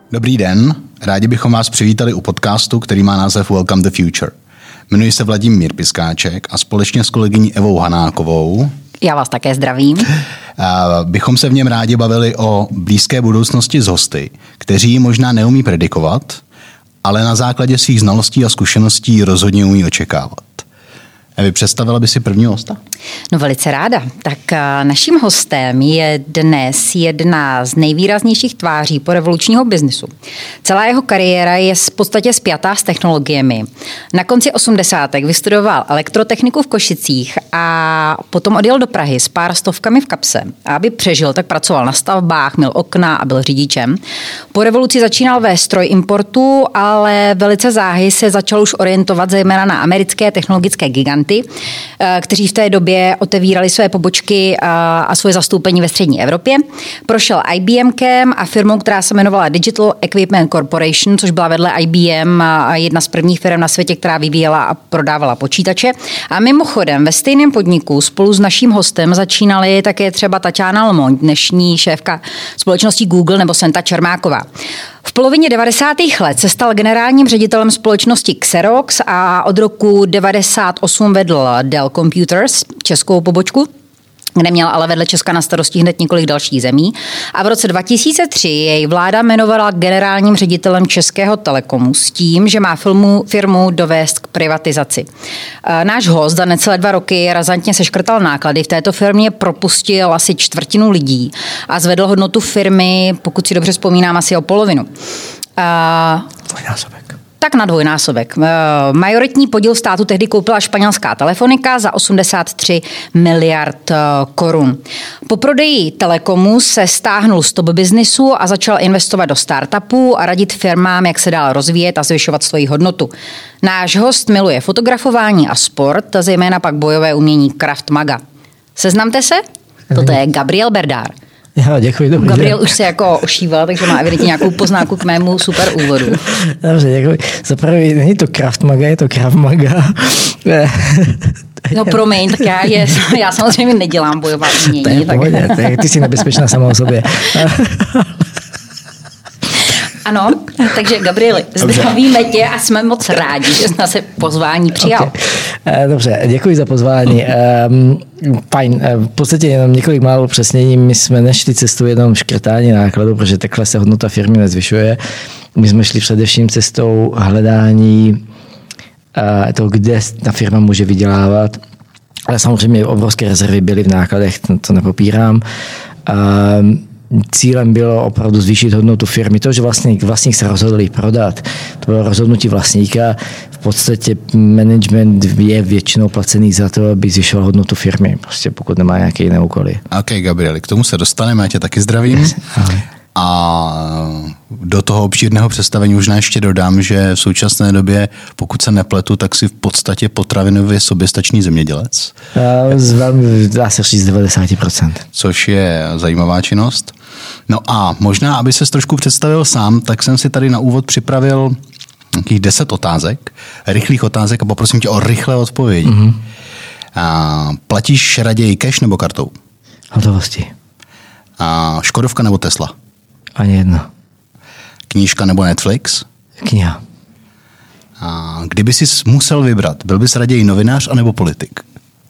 Dobrý den, rádi bychom vás přivítali u podcastu, který má název Welcome the Future. Jmenuji se Vladimír Piskáček a společně s kolegyní Evou Hanákovou já vás také zdravím. Bychom se v něm rádi bavili o blízké budoucnosti s hosty, kteří ji možná neumí predikovat, ale na základě svých znalostí a zkušeností rozhodně umí očekávat. Evi, představila by si prvního hosta? No velice ráda. Tak naším hostem je dnes jedna z nejvýraznějších tváří po revolučního biznisu. Celá jeho kariéra je v podstatě spjatá s technologiemi. Na konci 80. vystudoval elektrotechniku v Košicích a potom odjel do Prahy s pár stovkami v kapse. A aby přežil, tak pracoval na stavbách, myl okna a byl řidičem. Po revoluci začínal ve strojimportu, ale velice záhy se začal už orientovat zejména na americké technologické giganty, kteří v té době otevírali své pobočky a svoje zastoupení ve střední Evropě. Prošel IBMkem a firmou, která se jmenovala Digital Equipment Corporation, což byla vedle IBM jedna z prvních firm na světě, která vyvíjela a prodávala počítače. A mimochodem ve stejném podniku spolu s naším hostem začínali také třeba Tatiana Lamont, dnešní šéfka společnosti Google, nebo Senta Čermáková. V polovině 90. let se stal generálním ředitelem společnosti Xerox a od roku 98 vedl Dell Computers, českou pobočku, kde měla ale vedle Česka na starosti hned několik dalších zemí. A v roce 2003 jej vláda jmenovala generálním ředitelem Českého Telekomu s tím, že má firmu dovést k privatizaci. Náš host za necelé 2 roky razantně seškrtal náklady. V této firmě propustil asi 1/4 lidí a zvedl hodnotu firmy, pokud si dobře vzpomínám, asi o polovinu. Dvojnásobek. Tak na 2násobek. Majoritní podíl státu tehdy koupila španělská Telefonika za 83 miliard korun. Po prodeji Telekomu se stáhnul z top biznisu a začal investovat do startupů a radit firmám, jak se dál rozvíjet a zvyšovat svoji hodnotu. Náš host miluje fotografování a sport, zejména pak bojové umění Krav Maga. Seznamte se? Toto je Gabriel Berdár. Já, děkuji, dobrý Gabriel už se jako ošíval, takže má evidentně nějakou poznámku k mému super úvodu. Dobře, děkuji. Za první, není to Krav Maga, je to Krav Maga. No promiň, tak já samozřejmě nedělám bojová umění. To je pohodě, ty jsi nebezpečná sama o sobě. Ano, takže Gabrieli, zdravíme tě a jsme moc rádi, že jsi na se pozvání přijal. Okay. Dobře, děkuji za pozvání. Fajn, v podstatě jenom několik málo upřesnění. My jsme nešli cestou jenom škrtání nákladů, protože takhle se hodnota firmy nezvyšuje. My jsme šli především cestou hledání toho, kde ta firma může vydělávat. Ale samozřejmě obrovské rezervy byly v nákladech, to nepopírám. Cílem bylo opravdu zvýšit hodnotu firmy. To, že vlastník se rozhodl ji prodat, to bylo rozhodnutí vlastníka. V podstatě management je většinou placený za to, aby zvyšoval hodnotu firmy, prostě pokud nemá nějaké jiné úkoly. OK, Gabrieli, k tomu se dostaneme, já tě taky zdravím. Yes. A do toho obšírného představení už ještě dodám, že v současné době, pokud se nepletu, tak si v podstatě potravinově soběstačný zemědělec. Dá se říct 90%. Což je zajímavá činnost. No a možná, aby ses trošku představil sám, tak jsem si tady na úvod připravil nějakých 10 otázek, rychlých otázek a poprosím tě o rychlé odpovědi. Mm-hmm. Platíš raději cash nebo kartou? Hotovosti. Škodovka nebo Tesla? Ani jedna. Knížka nebo Netflix? Kniha. Kdyby jsi musel vybrat, byl bys raději novinář anebo politik?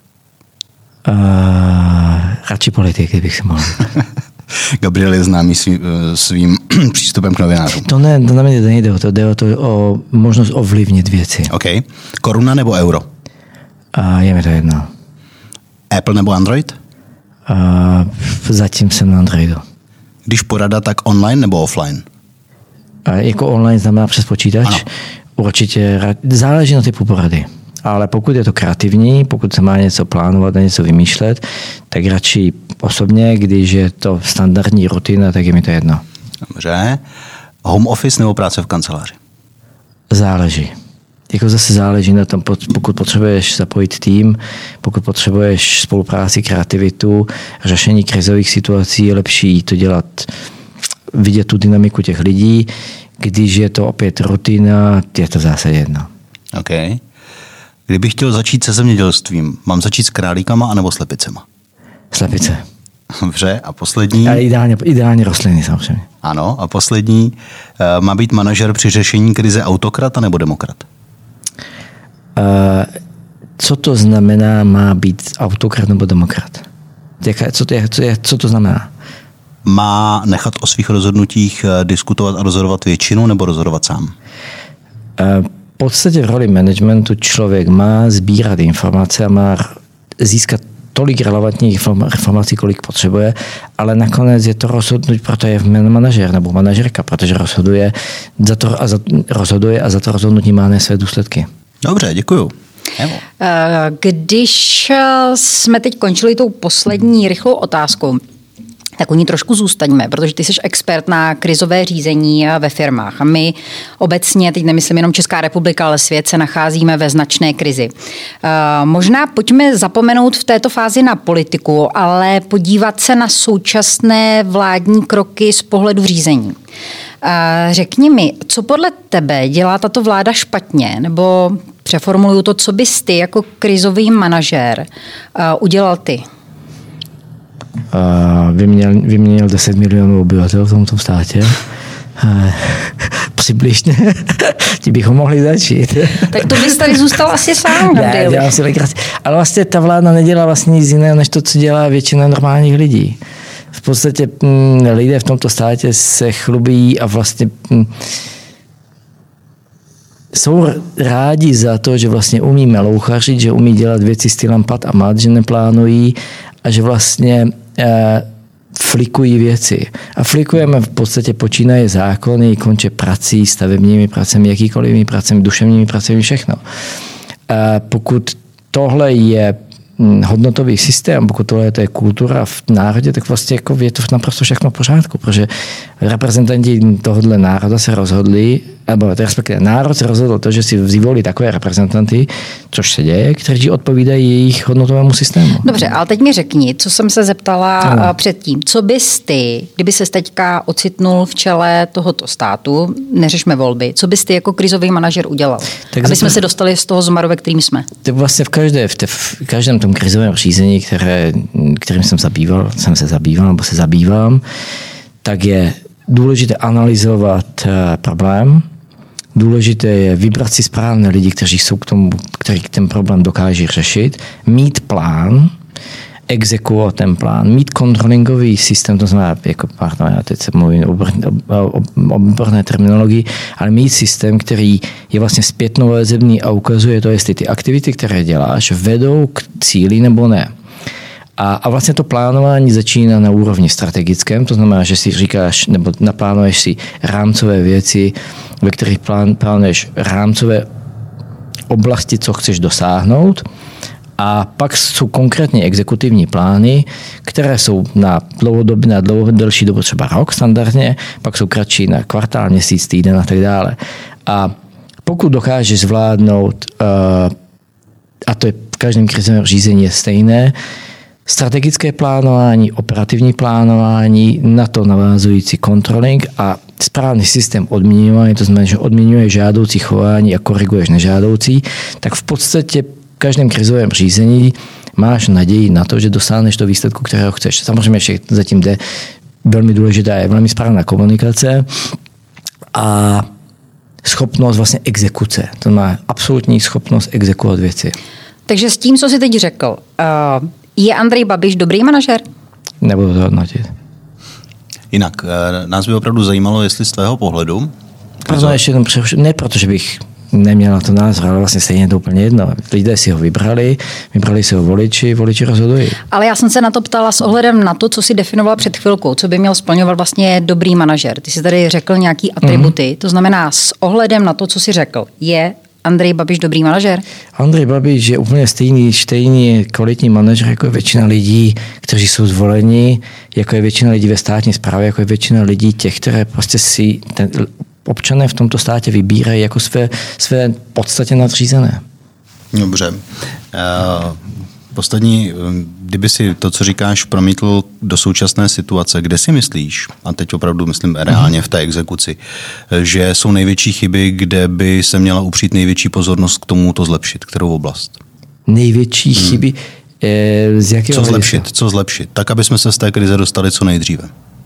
Radši politik, kdybych si mohl. Gabriel je známý svým přístupem k novinářům. To na mě nejde o to, jde o to o možnost ovlivnit věci. OK. Koruna nebo euro? Je mi to jedno. Apple nebo Android? Zatím jsem na Androidu. Když porada, tak online nebo offline? Jako online znamená přes počítač? Ano. Určitě záleží na typu porady. Ale pokud je to kreativní, pokud se má něco plánovat a něco vymýšlet, tak radši osobně, když je to standardní rutina, tak je mi to jedno. Dobře. Home office nebo práce v kanceláři? Záleží. Jako zase záleží na tom, pokud potřebuješ zapojit tým, pokud potřebuješ spolupráci, kreativitu, řešení krizových situací, je lepší to dělat, vidět tu dynamiku těch lidí. Když je to opět rutina, je to v zásadě jedno. OK. Kdybych chtěl začít se zemědělstvím, mám začít s králíkama anebo slepicema? Slepice. Dobře, a poslední? A ideálně rostliny samozřejmě. Ano, a poslední. Má být manažer při řešení krize autokrat nebo demokrat? Co to znamená, má být autokrat nebo demokrat? Co to znamená? Má nechat o svých rozhodnutích diskutovat a rozhodovat většinu nebo rozhodovat sám? V podstatě v roli managementu člověk má sbírat informace a má získat tolik relevantních informací, kolik potřebuje, ale nakonec je to rozhodnutí, proto je manažer nebo manažerka, protože rozhoduje a za to rozhodnutí má ne své důsledky. Dobře, děkuju. Když jsme teď končili tou poslední rychlou otázkou, tak u ní trošku zůstaňme, protože ty jsi expert na krizové řízení ve firmách. A my obecně, teď nemyslím jenom Česká republika, ale svět, se nacházíme ve značné krizi. Možná pojďme zapomenout v této fázi na politiku, ale podívat se na současné vládní kroky z pohledu řízení. Řekni mi, co podle tebe dělá tato vláda špatně, nebo přeformuluju to, co bys ty jako krizový manažer udělal ty? Vyměnil 10 milionů obyvatel v tomto státě. Přibližně. Ti bychom mohli začít. Tak to bys tady zůstal asi sám. Ne, dělám si legraci. Ale vlastně ta vláda nedělá vlastně nic jiného, než to, co dělá většina normálních lidí. V podstatě lidé v tomto státě se chlubí a vlastně jsou rádi za to, že vlastně umí melouchařit, že umí dělat věci stylem pat a mat, že neplánují a že vlastně flikují věci. A flikujeme v podstatě počínaje zákony, konče prací, stavebními pracemi, jakýkoliv pracemi, duševními pracemi, všechno. A pokud tohle je hodnotový systém, pokud tohle je kultura v národě, tak vlastně jako je to naprosto všechno v pořádku, protože reprezentanti tohohle národa se rozhodli, nebo respektive národ se rozhodl to, že si zvolí takové reprezentanty, což se děje, kteří odpovídají jejich hodnotovému systému. Dobře, ale teď mi řekni, co jsem se zeptala předtím. Co bys ty, kdyby ses teďka ocitnul v čele tohoto státu, neřešme volby, co bys ty jako krizový manažer udělal? Tak aby jsme se dostali z toho zmaru, ve kterým jsme. Tak vlastně v každém tom krizovém řízení, kterým jsem se zabývám, tak je důležité analyzovat problém, důležité je vybrat si správné lidi, kteří ten problém dokáží řešit, mít plán, exekuovat ten plán, mít kontrolingový systém, to znamená, já teď se mluvím o odborné terminologii, ale mít systém, který je vlastně zpětnovazebný a ukazuje to, jestli ty aktivity, které děláš, vedou k cíli nebo ne. A vlastně to plánování začíná na úrovni strategickém, to znamená, že si říkáš, nebo naplánuješ si rámcové věci, ve kterých plánuješ rámcové oblasti, co chceš dosáhnout. A pak jsou konkrétně exekutivní plány, které jsou na delší dobu, třeba rok standardně, pak jsou kratší na kvartál, měsíc, týden a tak dále. A pokud dokážeš zvládnout, a to je v každém krizovém řízení je stejné, strategické plánování, operativní plánování, na to navázující controlling a správný systém odměňování, to znamená, že odměňuješ žádoucí chování a koriguješ nežádoucí, tak v podstatě v každém krizovém řízení máš naději na to, že dosáhneš do výsledku, kterého chceš. Samozřejmě všechno zatím jde velmi důležitá, je velmi správná komunikace a schopnost vlastně exekuce. To má absolutní schopnost exekuovat věci. Takže s tím, co jsi teď řekl, je Andrej Babiš dobrý manažer? Nebudu to hodnotit. Jinak, nás by opravdu zajímalo, jestli z tvého pohledu... Ne, protože bych neměl na to názor, ale vlastně stejně je to úplně jedno. Lidé si ho vybrali si ho voliči rozhodují. Ale já jsem se na to ptala s ohledem na to, co si definovala před chvilkou, co by měl splňovat vlastně dobrý manažer. Ty jsi tady řekl nějaký atributy, to znamená s ohledem na to, co si řekl, je Andrej Babiš dobrý manažer? Andrej Babiš je úplně stejný kvalitní manažer, jako je většina lidí, kteří jsou zvoleni, jako je většina lidí ve státní správě, jako je většina lidí těch, které prostě si občané v tomto státě vybírají jako své podstatě nadřízené. Dobře. Poslední, kdyby si to, co říkáš, promítl do současné situace, kde si myslíš, a teď opravdu myslím reálně v té exekuci, že jsou největší chyby, kde by se měla upřít největší pozornost k tomu to zlepšit, kterou oblast? Největší chyby? Z jakého Co zlepšit? Tak, aby jsme se z té krize dostali co nejdříve.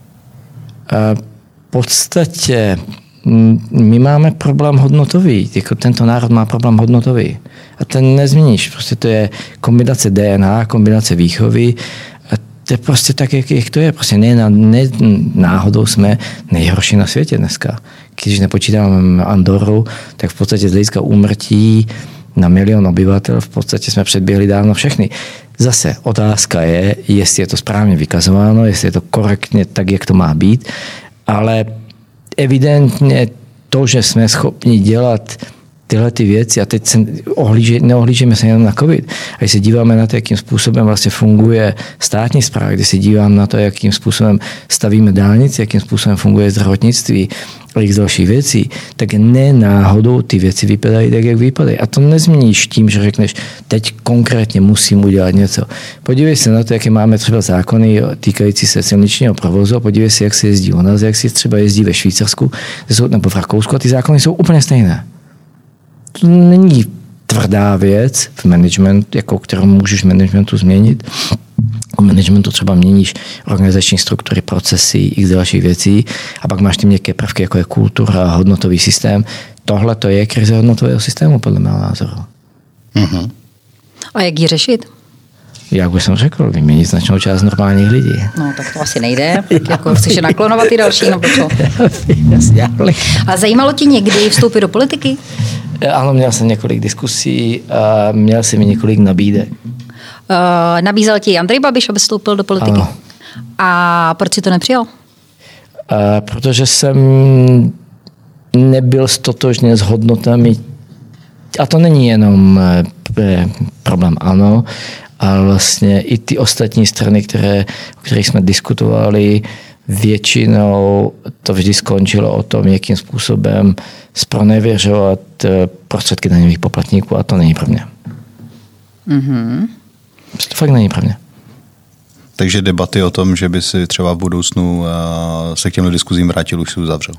V podstatě my máme problém hodnotový. Jako tento národ má problém hodnotový. A ten nezměníš. Prostě to je kombinace DNA, kombinace výchovy. A to je prostě tak, jak to je. Prostě náhodou jsme nejhorší na světě dneska. Když nepočítáme Andoru, tak v podstatě z hlediska úmrtí na 1 milion obyvatel v podstatě jsme předběhli dávno všechny. Zase otázka je, jestli je to správně vykazováno, jestli je to korektně tak, jak to má být, ale evidentně to, že jsme schopni dělat tyhle ty věci a teď neohlížíme se jenom na covid. A když se díváme na to, jakým způsobem vlastně funguje státní správa, když se dívám na to, jakým způsobem stavíme dálnici, jakým způsobem funguje zdravotnictví a x dalších věcí, tak náhodou ty věci vypadají tak, jak vypadají. A to nezměníš tím, že řekneš, teď konkrétně musím udělat něco. Podívej se na to, jaké máme třeba zákony týkající se silničního provozu a podívej se, jak se jezdí u nás, jak se třeba jezdí ve Švýcarsku nebo v Rakousku a ty zákony jsou úplně stejné. To není tvrdá věc v management, jako kterou můžeš v managementu změnit. V managementu třeba měníš organizační struktury, procesy, x dalších věcí a pak máš ty měkké prvky, jako je kultura, hodnotový systém. Tohle to je krize hodnotového systému, podle mého názoru. Mm-hmm. A jak ji řešit? Jak bych jsem řekl, vyměnit značnou část normálních lidí. No, tak to asi nejde. Tak jako chceš je naklonovat i další, nebo co? A zajímalo tě někdy vstoupit do politiky? Ano, měl jsem několik diskusí a měl jsem i několik nabídek. Nabízel ti Andrej Babiš, aby vstoupil do politiky? Ano. A proč si to nepřijal? Protože jsem nebyl stotožněn s hodnotami, a to není jenom problém ANO, ale vlastně i ty ostatní strany, o kterých jsme diskutovali, většinou to vždy skončilo o tom, jakým způsobem zpronevěřovat prostředky daňových poplatníků a to není pro mě. Mm-hmm. To fakt není pro mě. Takže debaty o tom, že by si třeba v budoucnu se k těmhle diskuzím vrátil, už si uzavřel?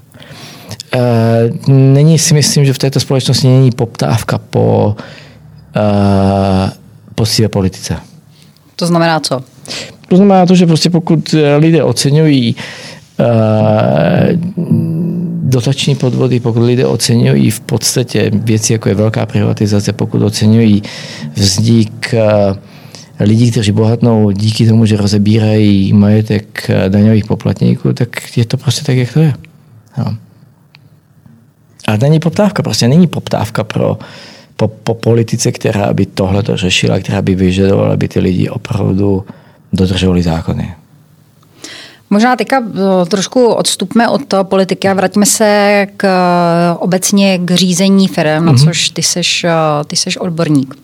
Si myslím, že v této společnosti není poptávka po sivé politice. To znamená co? To znamená to, že prostě pokud lidé oceňují dotační podvody, pokud lidé oceňují v podstatě věci, jako je velká privatizace, pokud oceňují vznik lidí, kteří bohatnou díky tomu, že rozebírají majetek daňových poplatníků, tak je to prostě tak, jak to je. No. A není poptávka, prostě není poptávka po politice, která by tohleto řešila, která by vyžadovala, aby ty lidi opravdu dodržovali zákony. Možná teďka trošku odstupme od politiky a vraťme se obecně k řízení firem, na což ty seš odborník.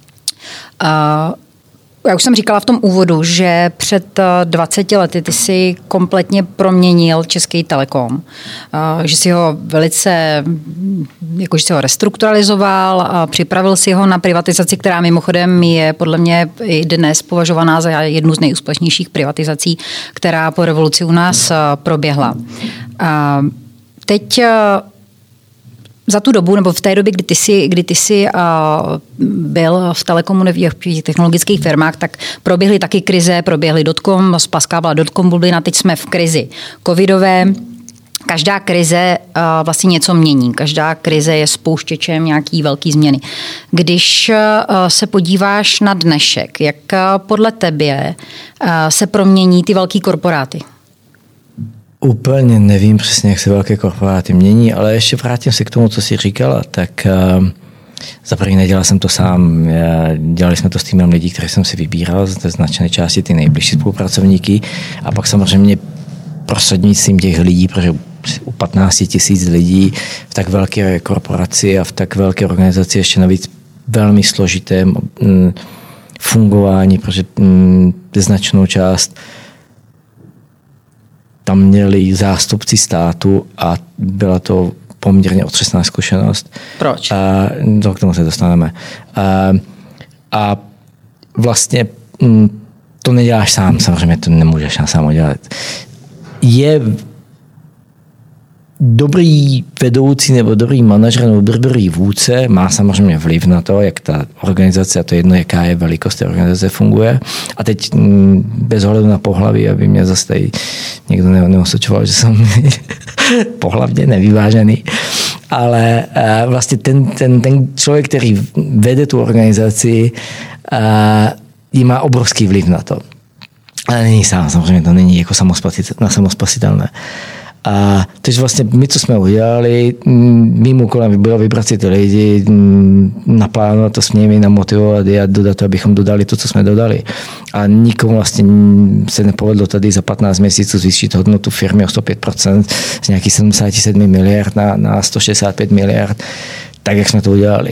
Já už jsem říkala v tom úvodu, že před 20 lety ty si kompletně proměnil Český Telekom, že si ho velice, jakože si ho restrukturalizoval a připravil si ho na privatizaci, která mimochodem je podle mě i dnes považovaná za jednu z nejúspěšnějších privatizací, která po revoluci u nás proběhla. Teď za tu dobu, nebo v té době, kdy ty jsi byl v telekomunikačních technologických firmách, tak proběhly taky krize, proběhly dotcom, Spaska byla dotcom bublina, teď jsme v krizi covidové. Každá krize vlastně něco mění. Každá krize je spouštěčem nějaký velký změny. Když se podíváš na dnešek, jak podle tebe se promění ty velký korporáty? Úplně nevím přesně, jak se velké korporáty mění, ale ještě vrátím se k tomu, co jsi říkala. Tak za první nedělal jsem to sám. Dělali jsme to s týmem lidí, které jsem si vybíral, ze značné části ty nejbližší spolupracovníky. A pak samozřejmě prostřednictvím těch lidí, protože u 15 000 lidí v tak velké korporaci a v tak velké organizaci ještě navíc velmi složitém fungování, protože značnou část tam měli zástupci státu a byla to poměrně otřesná zkušenost. Proč? K tomu se dostaneme. A vlastně to neděláš sám, samozřejmě to nemůžeš sám udělat. dobrý vedoucí nebo dobrý manažer nebo dobrý vůdce má samozřejmě vliv na to, jak ta organizace, a to je jedno, jaká je velikost té organizace, funguje. A teď bez ohledu na pohlaví, aby mě zase tady někdo neosočoval, že jsem pohlavně nevyvážený. Ale vlastně ten člověk, který vede tu organizaci, má obrovský vliv na to. Ale není sám, samozřejmě to není jako samospasitelné. Takže vlastně my, co jsme udělali, mým úkolem bylo vybrat si ty lidi, naplánovat to s nimi, namotivovat a dodat to, abychom dodali to, co jsme dodali. A nikomu vlastně se nepovedlo tady za 15 měsíců zvýšit hodnotu firmy o 105% z nějakých 77 miliard na 165 miliard, tak, jak jsme to udělali.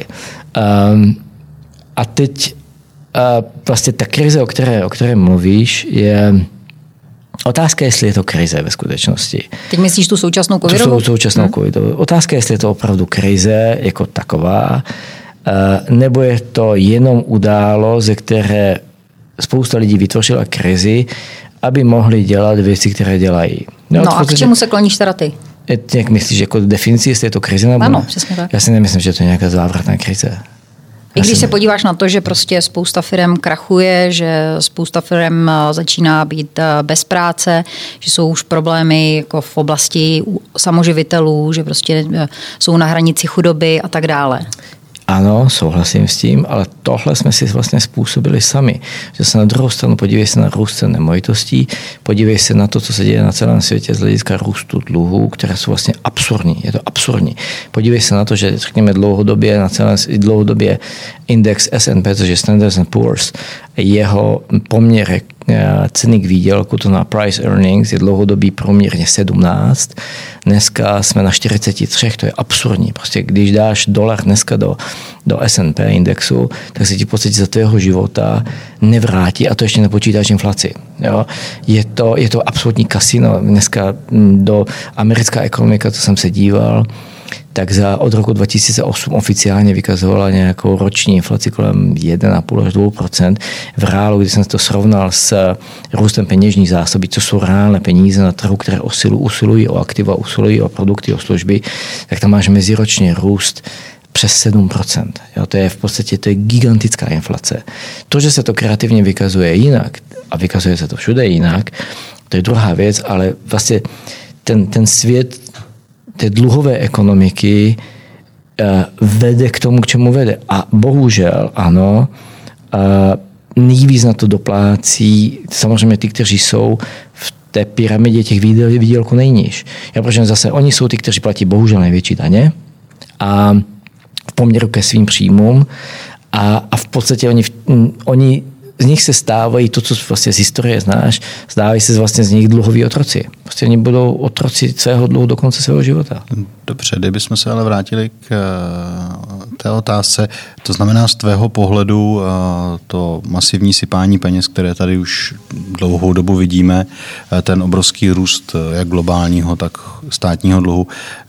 A teď vlastně ta krize, o které mluvíš, je otázka, jestli je to krize ve skutečnosti. Teď myslíš tu současnou covidovou? Současnou covidovou. Otázka, jestli je to opravdu krize jako taková, nebo je to jenom událost, ze které spousta lidí vytvořila krizi, aby mohli dělat věci, které dělají. No a k čemu se kloníš teda ty? Jak myslíš, jako definici, jestli je to krize? Nebo ano, přesně tak. Já si nemyslím, že to je nějaká závratná krize. I když se podíváš na to, že prostě spousta firem krachuje, že spousta firem začíná být bez práce, že jsou už problémy jako v oblasti samoživitelů, že prostě jsou na hranici chudoby a tak dále. Ano, souhlasím s tím, ale tohle jsme si vlastně způsobili sami. Že se na druhou stranu podívej se na růst cen nemovitostí, podívej se na to, co se děje na celém světě z hlediska růstu dluhů, které jsou vlastně absurdní. Je to absurdní. Podívej se na to, že řekněme dlouhodobě index S&P, což je Standard & Poor's, jeho poměr ceny k výdělku, to na price earnings, je dlouhodobý průměrně 17. Dneska jsme na 43, to je absurdní. Prostě když dáš $1 dneska do S&P indexu, tak se ti v podstatě za tvého života nevrátí a to ještě nepočítáš inflaci. Jo? Je to absolutní kasino. Dneska do americká ekonomika, co jsem se díval, tak od roku 2008 oficiálně vykazovala nějakou roční inflaci kolem 1,5 až 2%. V reálu, když jsem to srovnal s růstem peněžní zásoby, co jsou reálné peníze na trhu, které usilují o aktiva, usilují o produkty, o služby, tak tam máš meziročně růst přes 7%. Jo, to je v podstatě gigantická inflace. To, že se to kreativně vykazuje jinak, a vykazuje se to všude jinak, to je druhá věc, ale vlastně ten svět té dluhové ekonomiky vede k tomu, k čemu vede. A bohužel, ano, nejvíc na to doplácí samozřejmě ty, kteří jsou v té pyramidě těch výdělků nejníž. Protože zase oni jsou ty, kteří platí bohužel největší daně a v poměru ke svým příjmům a v podstatě oni z nich se stávají to, co vlastně z historie znáš, stávají se vlastně z nich dluhoví otroci. Prostě oni budou otroci svého dluhu do konce svého života. Dobře, kdybychom se ale vrátili k té otázce, to znamená z tvého pohledu to masivní sypání peněz, které tady už dlouhou dobu vidíme, ten obrovský růst jak globálního, tak státního dluhu,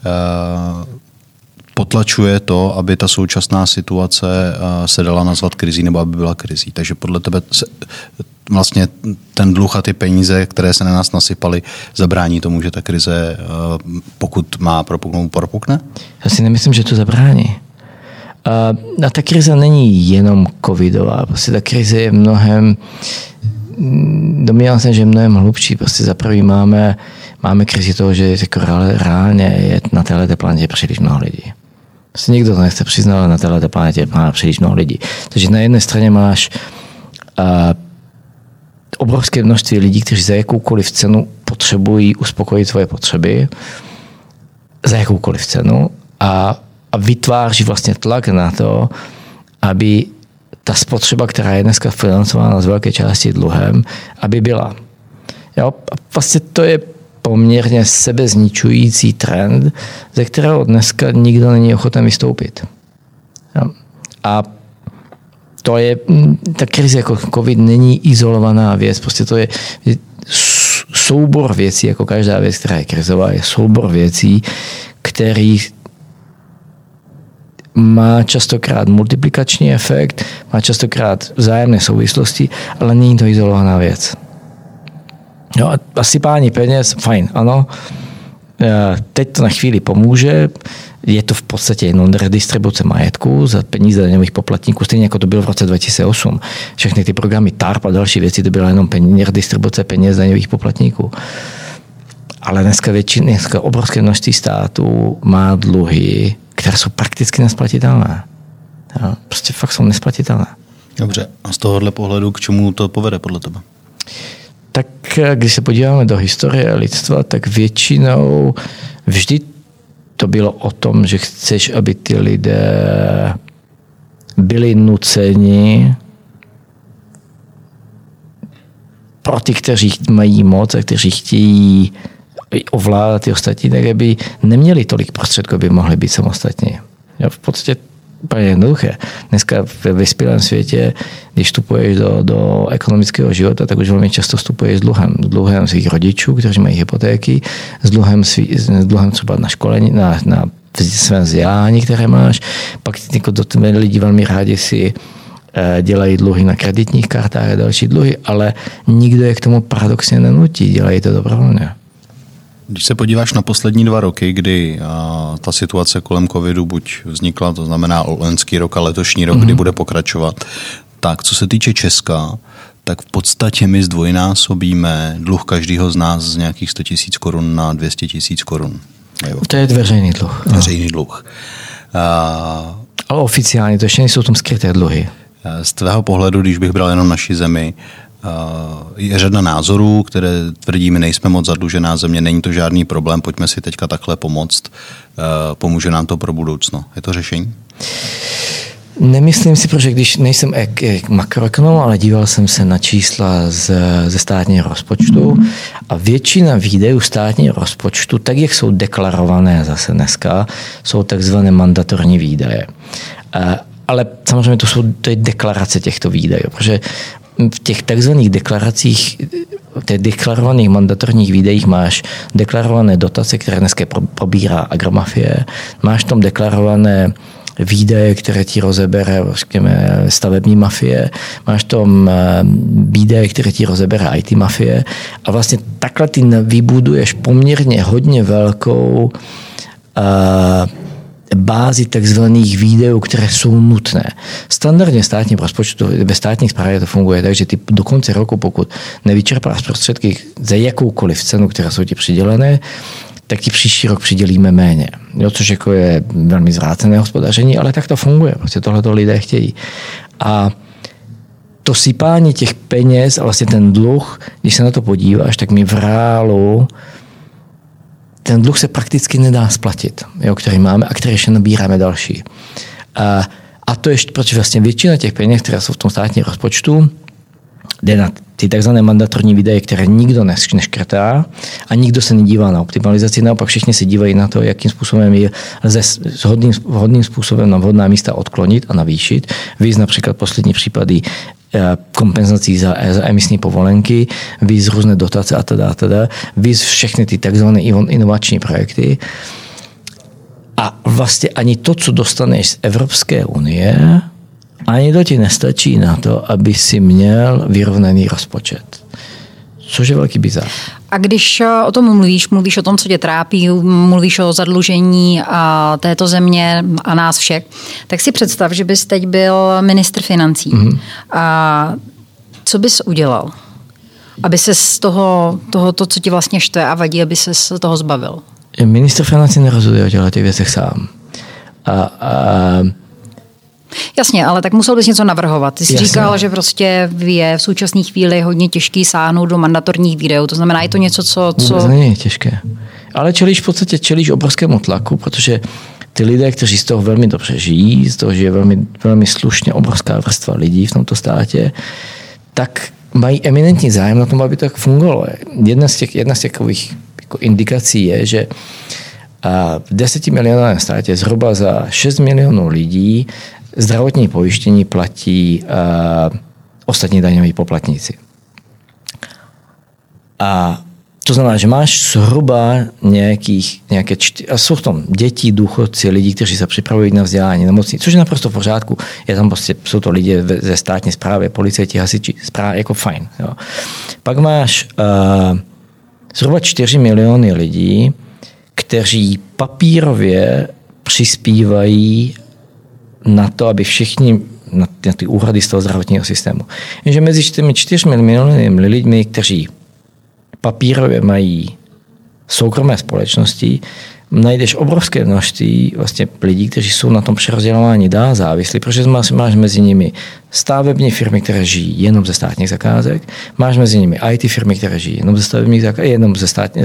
potlačuje to, aby ta současná situace se dala nazvat krizí nebo aby byla krizí. Takže podle tebe vlastně ten dluh a ty peníze, které se na nás nasypaly, zabrání tomu, že ta krize, pokud má propukne? Já si nemyslím, že to zabrání. A ta krize není jenom covidová. Prostě ta krize je domnívám se, že je mnohem hlubší. Prostě za prvý máme krizi toho, že jako reálně je na této planetě příliš mnoho lidí. Prostě nikdo to nechce přiznat, ale na této planetě má příliš mnoho lidí. Takže na jedné straně máš obrovské množství lidí, kteří za jakoukoliv cenu potřebují uspokojit svoje potřeby, za jakoukoliv cenu a vytváří vlastně tlak na to, aby ta spotřeba, která je dneska financována z velké části dluhem, aby byla. Jo? A vlastně to je poměrně sebezničující trend, ze kterého dneska nikdo není ochoten vystoupit. Jo? A to je, ta krize jako COVID není izolovaná věc, prostě to je soubor věcí, jako každá věc, která je krizová, je soubor věcí, který má častokrát multiplikační efekt, má častokrát vzájemné souvislosti, ale není to izolovaná věc. No a sypání peněz, fajn, ano, Teď to na chvíli pomůže, je to v podstatě jenom redistribuce majetku za peníze daňových poplatníků, stejně jako to bylo v roce 2008. Všechny ty programy TARP a další věci, to byla jenom redistribuce peněz daňových poplatníků. Ale dneska obrovské množství států má dluhy, které jsou prakticky nesplatitelné. Prostě fakt jsou nesplatitelné. Dobře, a z tohohle pohledu k čemu to povede podle tebe? Tak když se podíváme do historie lidstva, tak většinou vždy to bylo o tom, že chceš, aby ty lidé byli nuceni pro ty, kteří mají moc a kteří chtějí ovládat ty ostatní, tak aby neměli tolik prostředků, aby mohli být samostatní. V podstatě úplně jednoduché. Dneska ve vyspělém světě, když vstupuješ do ekonomického života, tak už velmi často vstupuješ s dluhem. S dluhem svých rodičů, kteří mají hypotéky, s dluhem třeba na školení, na své vzdělání, které máš. Pak lidi velmi rádi si dělají dluhy na kreditních kartách a další dluhy, ale nikdo je k tomu paradoxně nenutí, dělají to dobrovolně. Když se podíváš na poslední 2 roky, kdy ta situace kolem covidu buď vznikla, to znamená loňský rok a letošní rok, kdy bude pokračovat, tak co se týče Česka, tak v podstatě my zdvojnásobíme dluh každého z nás z nějakých 100 000 korun na 200 000 korun. To je veřejný dluh. Veřejný dluh. Ale oficiálně to ještě nejsou tam skryté dluhy. Z tvého pohledu, když bych bral jenom naši zemi, je řada názorů, které tvrdí, my nejsme moc zadlužená země, není to žádný problém, pojďme si teďka takhle pomoct, pomůže nám to pro budoucno. Je to řešení? Nemyslím si, protože když nejsem makroekonom, ale díval jsem se na čísla ze státního rozpočtu a většina výdajů státního rozpočtu, tak jak jsou deklarované zase dneska, jsou takzvané mandatorní výdaje. Ale samozřejmě to je deklarace těchto výdajů, protože v těch takzvaných deklaracích, v těch deklarovaných mandatorních výdajích máš deklarované dotace, které dneska probírá agromafie, máš tam deklarované výdaje, které ti rozebere stavební mafie, máš tam výdaje, které ti rozebere IT mafie a vlastně takhle ty vybuduješ poměrně hodně velkou bázi takzvaných výdajů, které jsou nutné. Standardně státním rozpočtu, ve státních správě to funguje tak, že ty do konce roku, pokud nevyčerpáš prostředky za jakoukoliv cenu, které jsou ti přidělené, tak ti příští rok přidělíme méně. Což jako je velmi zvrácené hospodaření, ale tak to funguje. Prostě tohleto lidé chtějí. A to sypání těch peněz a vlastně ten dluh, když se na to podíváš, tak my v reálu ten dluh se prakticky nedá splatit, který máme a který ještě nabíráme další. A to ještě, protože vlastně většina těch peněz, které jsou v tom státním rozpočtu, jde na ty takzvané mandatorní výdaje, které nikdo neškrtá a nikdo se nedívá na optimalizaci, naopak všichni se dívají na to, jakým způsobem je lze vhodným způsobem na vhodná místa odklonit a navýšit. Víc například poslední případy kompenzací za emisní povolenky, víc různé dotace a teda, víc všechny ty takzvané inovační projekty. A vlastně ani to, co dostaneš z Evropské unie, ani to ti nestačí na to, aby si měl vyrovnaný rozpočet. Což je velký bizár. A když o tom mluvíš o tom, co tě trápí, mluvíš o zadlužení této země a nás všech, tak si představ, že bys teď byl ministr financí. Mm-hmm. A co bys udělal? Aby se z toho, co ti vlastně štve a vadí, aby se z toho zbavil? Ministr financí nerozhoduje o těch věcech sám. Jasně, ale tak musel bys něco navrhovat. Ty jsi říkal, že prostě je v současné chvíli hodně těžký sáhnout do mandatorních výdajů. To znamená, je to něco, co... Vůbec není těžké. Ale čelíš obrovskému tlaku, protože ty lidé, kteří z toho velmi dobře žijí, z toho žije velmi, velmi slušně obrovská vrstva lidí v tomto státě, tak mají eminentní zájem na tom, aby to tak fungovalo. Jedna z takových jako indikací je, že v 10 milionovém státě zhruba za 6 milionů lidí zdravotní pojištění platí ostatní daňoví poplatníci. A to znamená, že máš zhruba nějaké a jsou tam děti, důchodci, lidi, kteří se připravují na vzdělání nemocnic, což je naprosto v pořádku. Jsou to lidi ze státní správy, policajti, hasiči, jako fajn. Jo. Pak máš zhruba 4 miliony lidí, kteří papírově přispívají na to, aby všichni na ty úhrady z toho zdravotního systému. Jenže mezi těmi 4 miliony lidmi, kteří papírově mají soukromé společnosti, najdeš obrovské množství vlastně lidí, kteří jsou na tom přerozdělování dál závislí, protože máš mezi nimi stavební firmy, které žijí jenom ze státních zakázek, máš mezi nimi IT firmy, které žijí jenom ze stavebních zakázek, jenom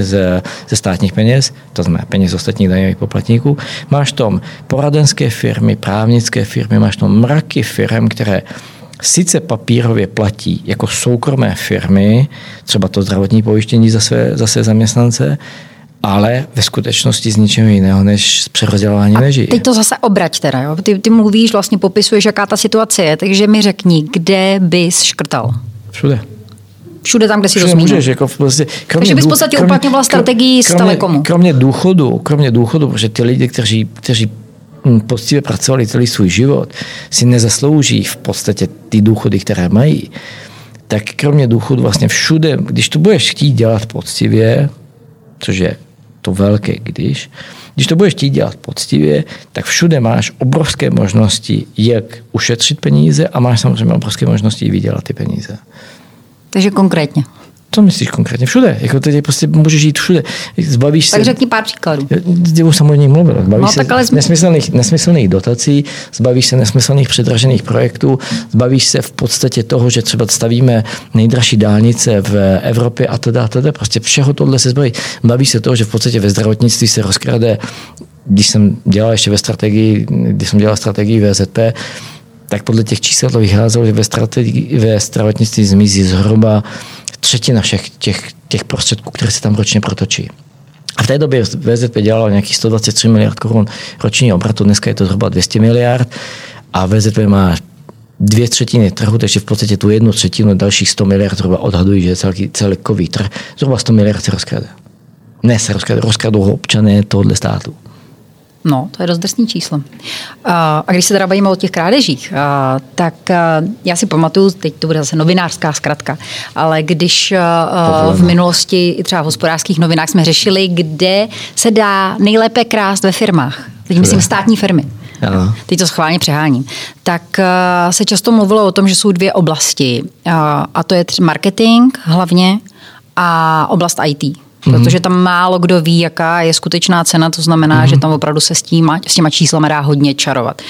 ze státních peněz, to znamená peněz ostatních daňových poplatníků, máš tam poradenské firmy, právnické firmy, máš tam mraky firm, které sice papírově platí jako soukromé firmy, třeba to zdravotní pojištění za své zaměstnance, ale ve skutečnosti z ničeho jiného než z přerozdělování nežijí. Teď to zase obrať teda, jo? Ty mluvíš, vlastně popisuješ, jaká ta situace je, takže mi řekni, kde bys škrtal? Všude. Všude tam, kde si to zmínil. Můžeš, jako vlastně, takže bys v podstatě uplatňovala strategii z Telekomu. Kromě důchodu, protože ty lidi, kteří poctivě pracovali celý svůj život, si nezaslouží v podstatě ty důchody, které mají, tak kromě důchodu vlastně všude, když to budeš chtít dělat poctivě, což je to velké když to budeš chtít dělat poctivě, tak všude máš obrovské možnosti, jak ušetřit peníze a máš samozřejmě obrovské možnosti i vydělat ty peníze. Takže konkrétně. Co myslíš konkrétně? Všude. Jako teď prostě můžeš jít všude. Zbavíš tak řekni pár příkladů. Já už jsem o nich mluvil. Zbavíš se nesmyslných dotací, zbavíš se nesmyslných předražených projektů, zbavíš se v podstatě toho, že třeba stavíme nejdražší dálnice v Evropě a teda. Prostě všeho tohle se zbaví. Zbavíš se toho, že v podstatě ve zdravotnictví se rozkrade, když jsem dělal ještě když jsem dělal strategii VZP, tak podle těch čísel to vycházelo, že ve zdravotnictví zmizí zhruba třetina všech těch prostředků, které se tam ročně protočí. A v té době VZP dělalo nějakých 123 miliard korun ročního obratu, dneska je to zhruba 200 miliard a VZP má 2/3 trhu, takže v podstatě tu 1/3 dalších 100 miliard zhruba odhadují, že celkový trh zhruba 100 miliard se rozkrade. Ne se rozkradou ho občané tohoto státu. No, to je dost drsný číslo. A když se teda bavíme o těch krádežích, tak já si pamatuju, teď to bude zase novinářská zkratka, ale když v minulosti i třeba v Hospodářských novinách jsme řešili, kde se dá nejlépe krást ve firmách. Teď myslím státní firmy. Ano. Teď to schválně přeháním. Tak se často mluvilo o tom, že jsou 2 oblasti. A to je marketing hlavně a oblast IT. Protože tam málo kdo ví, jaká je skutečná cena, to znamená, že tam opravdu se s těma číslama dá hodně čarovat.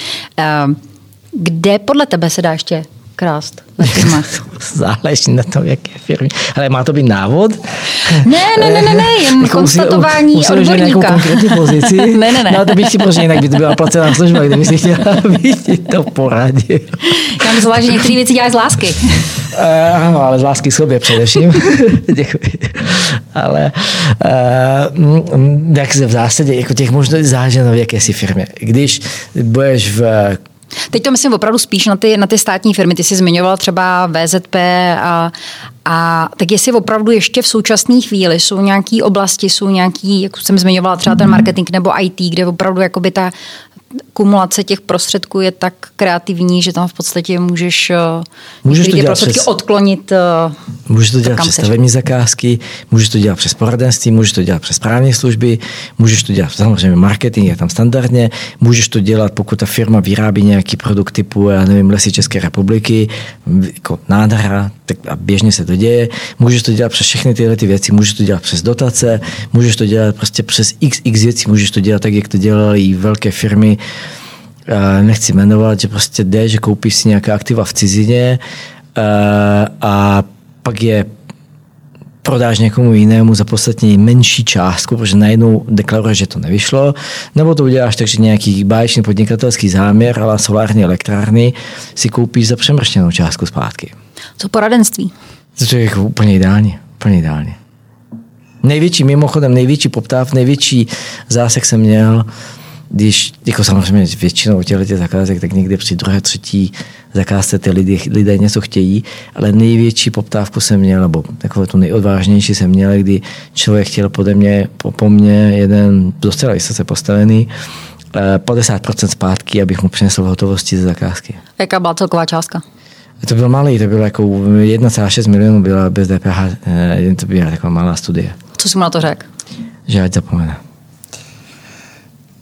Kde podle tebe se dá ještě krást ve firmách? Záleží na tom, jaké firmy. Ale má to být návod? Ne, jen konstatování odborníka. Nějakou konkrétní pozici? Ne. No to bych si protože jinak by to byla placená služba, kdyby si chtěla být to poradil. Já myslela, že některé věci děláš z lásky. Ano, ale z lásky sobě především. Děkuji. Ale jak se v zásadě, jako těch možností záleží v jakési firmě. Když budeš Teď to myslím opravdu spíš na ty státní firmy. Ty jsi zmiňoval třeba VZP a tak jestli opravdu ještě v současné chvíli jsou nějaké oblasti, jsou nějaký, jak jsem zmiňovala, třeba ten marketing nebo IT, kde opravdu jakoby ta kumulace těch prostředků je tak kreativní, že tam v podstatě můžeš ty prostředky odklonit. Můžeš to dělat přes stavební zakázky, můžeš to dělat přes poradenství, můžeš to dělat přes právní služby, můžeš to dělat samozřejmě marketing, je tam standardně, můžeš to dělat, pokud ta firma vyrábí nějaký produkt typu, já nevím, Lesy České republiky, jako nádhera, tak a běžně se to děje. Můžeš to dělat přes všechny tyhle ty věci, můžeš to dělat přes dotace, můžeš to dělat prostě přes x věcí, můžeš to dělat tak, jak to dělají velké firmy, nechci jmenovat, že prostě jde, že koupíš si nějaké aktiva v cizině a pak je prodáš někomu jinému za podstatně menší částku, protože najednou deklaruješ, že to nevyšlo, nebo to uděláš tak, že nějaký báječný podnikatelský záměr, ale solární elektrárny si koupíš za přemrštěnou částku zpátky. Co poradenství? To je jako úplně ideálně. Největší poptáv, největší zásek jsem měl, když, jako samozřejmě většinou těch zakázek, tak někde při 2., 3. zakázce ty lidé něco chtějí, ale největší poptávku jsem měl, nebo takové tu nejodvážnější jsem měl, kdy člověk chtěl po mně jeden docela vysoce postavený 50% zpátky, abych mu přinesl hotovosti ze zakázky. Jaká byla celková částka? To bylo malý, to bylo jako 1,6 milionu byla bez DPH, to byla taková malá studie. Co jsi mu na to řekl? Že ať zapomene.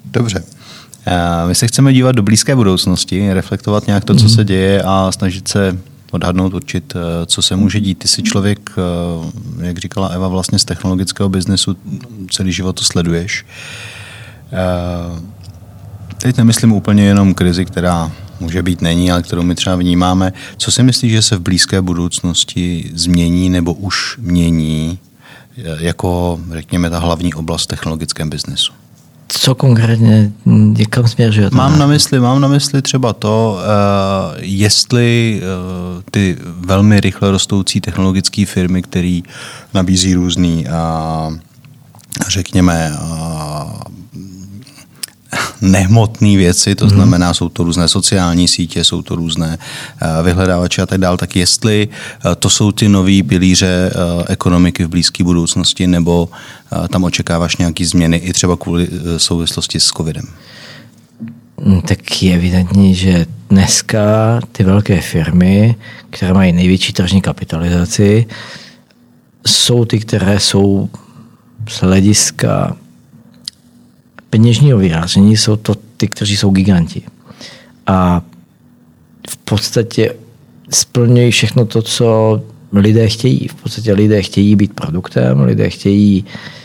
Dobře. My se chceme dívat do blízké budoucnosti, reflektovat nějak to, co se děje a snažit se odhadnout, určit, co se může dít. Ty jsi člověk, jak říkala Eva, vlastně z technologického biznesu, celý život to sleduješ. Teď nemyslím úplně jenom krizi, která může být není, ale kterou my třeba vnímáme. Co si myslíš, že se v blízké budoucnosti změní nebo už mění jako, řekněme, ta hlavní oblast v technologickém biznesu? Co konkrétně, kam směřuje? Mám na mysli třeba to, jestli ty velmi rychle rostoucí technologické firmy, které nabízí různý, řekněme, nehmotné věci, to znamená, jsou to různé sociální sítě, jsou to různé vyhledávače a tak dále, tak jestli to jsou ty nový pilíře ekonomiky v blízké budoucnosti, nebo tam očekáváš nějaké změny i třeba kvůli souvislosti s covidem? Tak je evidentní, že dneska ty velké firmy, které mají největší tržní kapitalizaci, jsou ty, které jsou z hlediska peněžního vyjádření, jsou to ty, kteří jsou giganti. A v podstatě splňují všechno to, co lidé chtějí. V podstatě lidé chtějí být produktem, lidé chtějí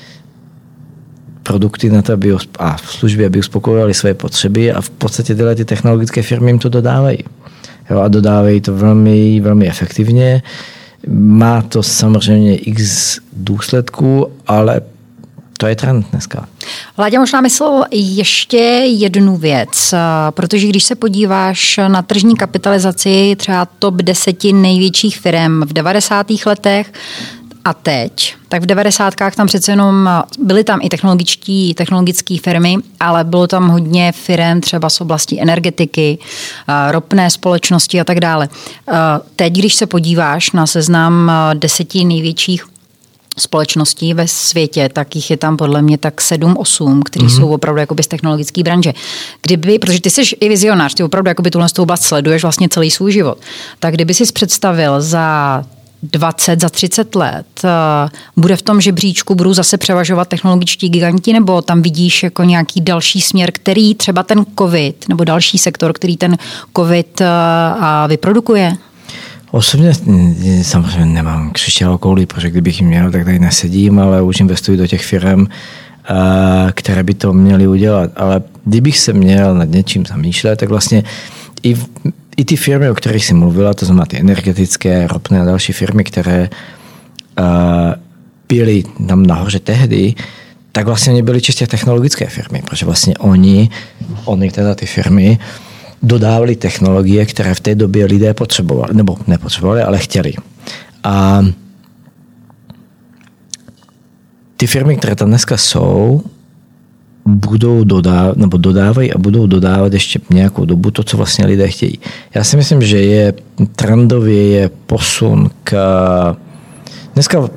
produkty na to, a služby, aby uspokojovali své potřeby a v podstatě tyhle ty technologické firmy jim to dodávají. Jo, a dodávají to velmi, velmi efektivně. Má to samozřejmě x důsledků, ale to je trend dneska. Láďa možná myslel ještě jednu věc, protože když se podíváš na tržní kapitalizaci třeba top 10 největších firm v 90. letech a teď, tak v 90. tam přece jenom byly tam i technologické firmy, ale bylo tam hodně firm třeba z oblasti energetiky, ropné společnosti a tak dále. Teď, když se podíváš na seznam 10 největších společností ve světě, tak jich je tam podle mě tak 7-8, kteří jsou opravdu jakoby z technologické branže. Protože ty jsi i vizionář, ty opravdu jakoby tuhle oblast sleduješ vlastně celý svůj život. Tak kdyby jsi představil za 20, za 30 let, bude v tom žebříčku, budou zase převažovat technologičtí giganti, nebo tam vidíš jako nějaký další směr, který třeba ten COVID, nebo další sektor, který ten COVID vyprodukuje? Osobně samozřejmě nemám křišťálovou kouli, protože kdybych ji měl, tak tady nesedím, ale už investuji do těch firm, které by to měly udělat. Ale kdybych se měl nad něčím zamýšlet, tak vlastně i ty firmy, o kterých jsem mluvila, to znamená ty energetické, ropné a další firmy, které byly tam nahoře tehdy, tak vlastně oni byly čistě technologické firmy, protože vlastně oni teda ty firmy, dodávali technologie, které v té době lidé potřebovali, nebo nepotřebovali, ale chtěli. A ty firmy, které tam dneska jsou, dodávají a budou dodávat ještě nějakou dobu to, co vlastně lidé chtějí. Já si myslím, že trendově je posun k dneska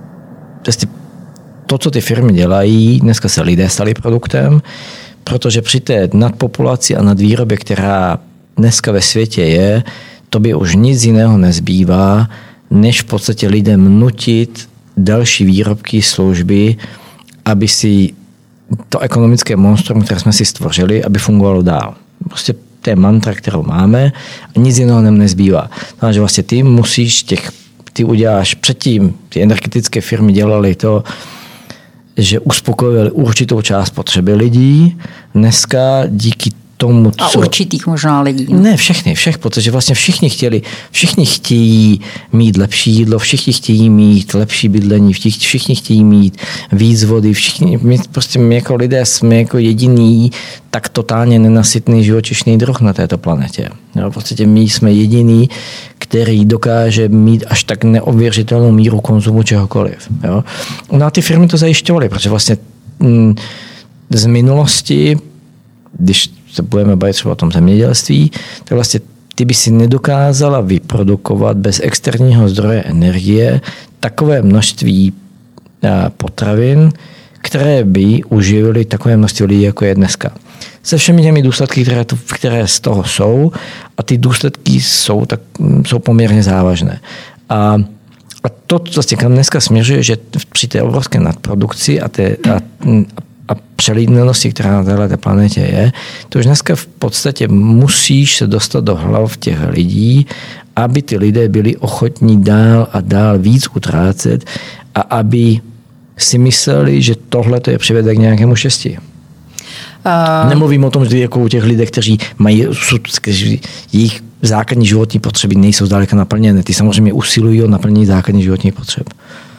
to, co ty firmy dělají, dneska se lidé stali produktem, protože při té nadpopulaci a nadvýrobě, která dneska ve světě je, to by už nic jiného nezbývá, než v podstatě lidem nutit další výrobky, služby, aby si to ekonomické monstrum, které jsme si stvořili, aby fungovalo dál. Prostě to je mantra, kterou máme a nic jiného nám nezbývá. Takže vlastně ty uděláš předtím, ty energetické firmy dělaly to, že uspokojili určitou část potřeby lidí. Dneska díky tomu, a určitých možná lidí. Ne, všech, protože vlastně všichni chtějí mít lepší jídlo, všichni chtějí mít lepší bydlení, všichni chtějí mít víc vody, my jako lidé jsme jako jediný tak totálně nenasytný živočišný druh na této planetě. Jo, prostě my jsme jediný, který dokáže mít až tak neověřitelnou míru konzumu čehokoliv. Jo. No a ty firmy to zajišťovaly, protože vlastně z minulosti, když se budeme bavit třeba o tom zemědělství, tak vlastně ty by si nedokázala vyprodukovat bez externího zdroje energie takové množství potravin, které by uživily takové množství lidí, jako je dneska. Se všemi těmi důsledky, které z toho jsou, a ty důsledky jsou poměrně závažné. A to vlastně kam dneska směřuje, že při té obrovské nadprodukci a a přelídnenosti, která na této planetě je, to už dneska v podstatě musíš se dostat do hlav těch lidí, aby ty lidé byli ochotní dál a dál víc utrácet a aby si mysleli, že tohle to je přivede k nějakému štěstí. Nemluvím o tom, že jako u těch lidí, kteří mají jejich základní životní potřeby nejsou zdaleka naplněné. Ty samozřejmě usilují o naplnění základních životních potřeb.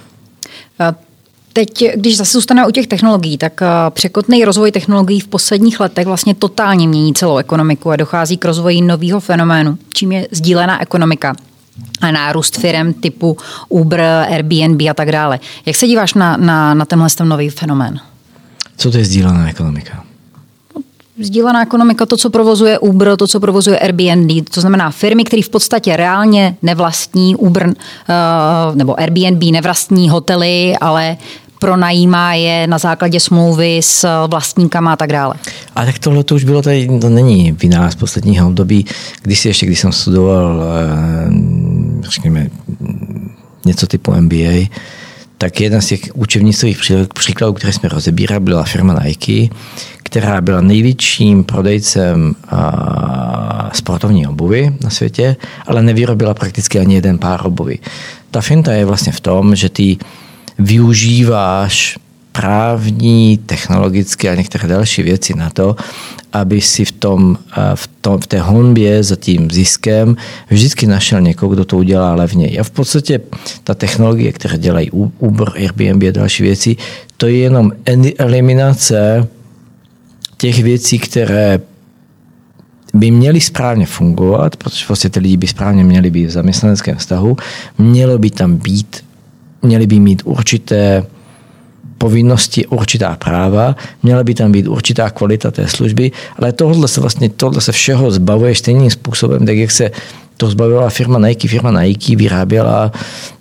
Teď, když zase zůstaneme u těch technologií, tak překotný rozvoj technologií v posledních letech vlastně totálně mění celou ekonomiku a dochází k rozvoji nového fenoménu, čím je sdílená ekonomika a nárůst firem typu Uber, Airbnb a tak dále. Jak se díváš na tenhle nový fenomén? Co to je sdílená ekonomika? Sdílená ekonomika, to, co provozuje Uber, to, co provozuje Airbnb, to znamená firmy, které v podstatě reálně nevlastní Uber nebo Airbnb, nevlastní hotely, ale pronajímá je na základě smlouvy s vlastníkama a tak dále. A tak tohle to už bylo tady, to není vina z posledního období, když jsem studoval řekněme, něco typu MBA, tak jeden z těch učebnicových příkladů, které jsme rozebírali, byla firma Nike, která byla největším prodejcem sportovní obuvy na světě, ale nevyrobila prakticky ani jeden pár obuvy. Ta finta je vlastně v tom, že ty využíváš právní, technologické a některé další věci na to, aby si v té honbě za tím ziskem vždycky našel někoho, kdo to udělá levněji. A v podstatě ta technologie, které dělají Uber, Airbnb a další věci, to je jenom eliminace těch věcí, které by měly správně fungovat, protože vlastně ty lidi by správně měli být v zaměstnaneckém vztahu, měly by mít určité povinnosti, určitá práva, měla by tam být určitá kvalita té služby, ale tohle se všeho zbavuje stejným způsobem, tak jak se to zbavila firma Nike. Firma Nike vyráběla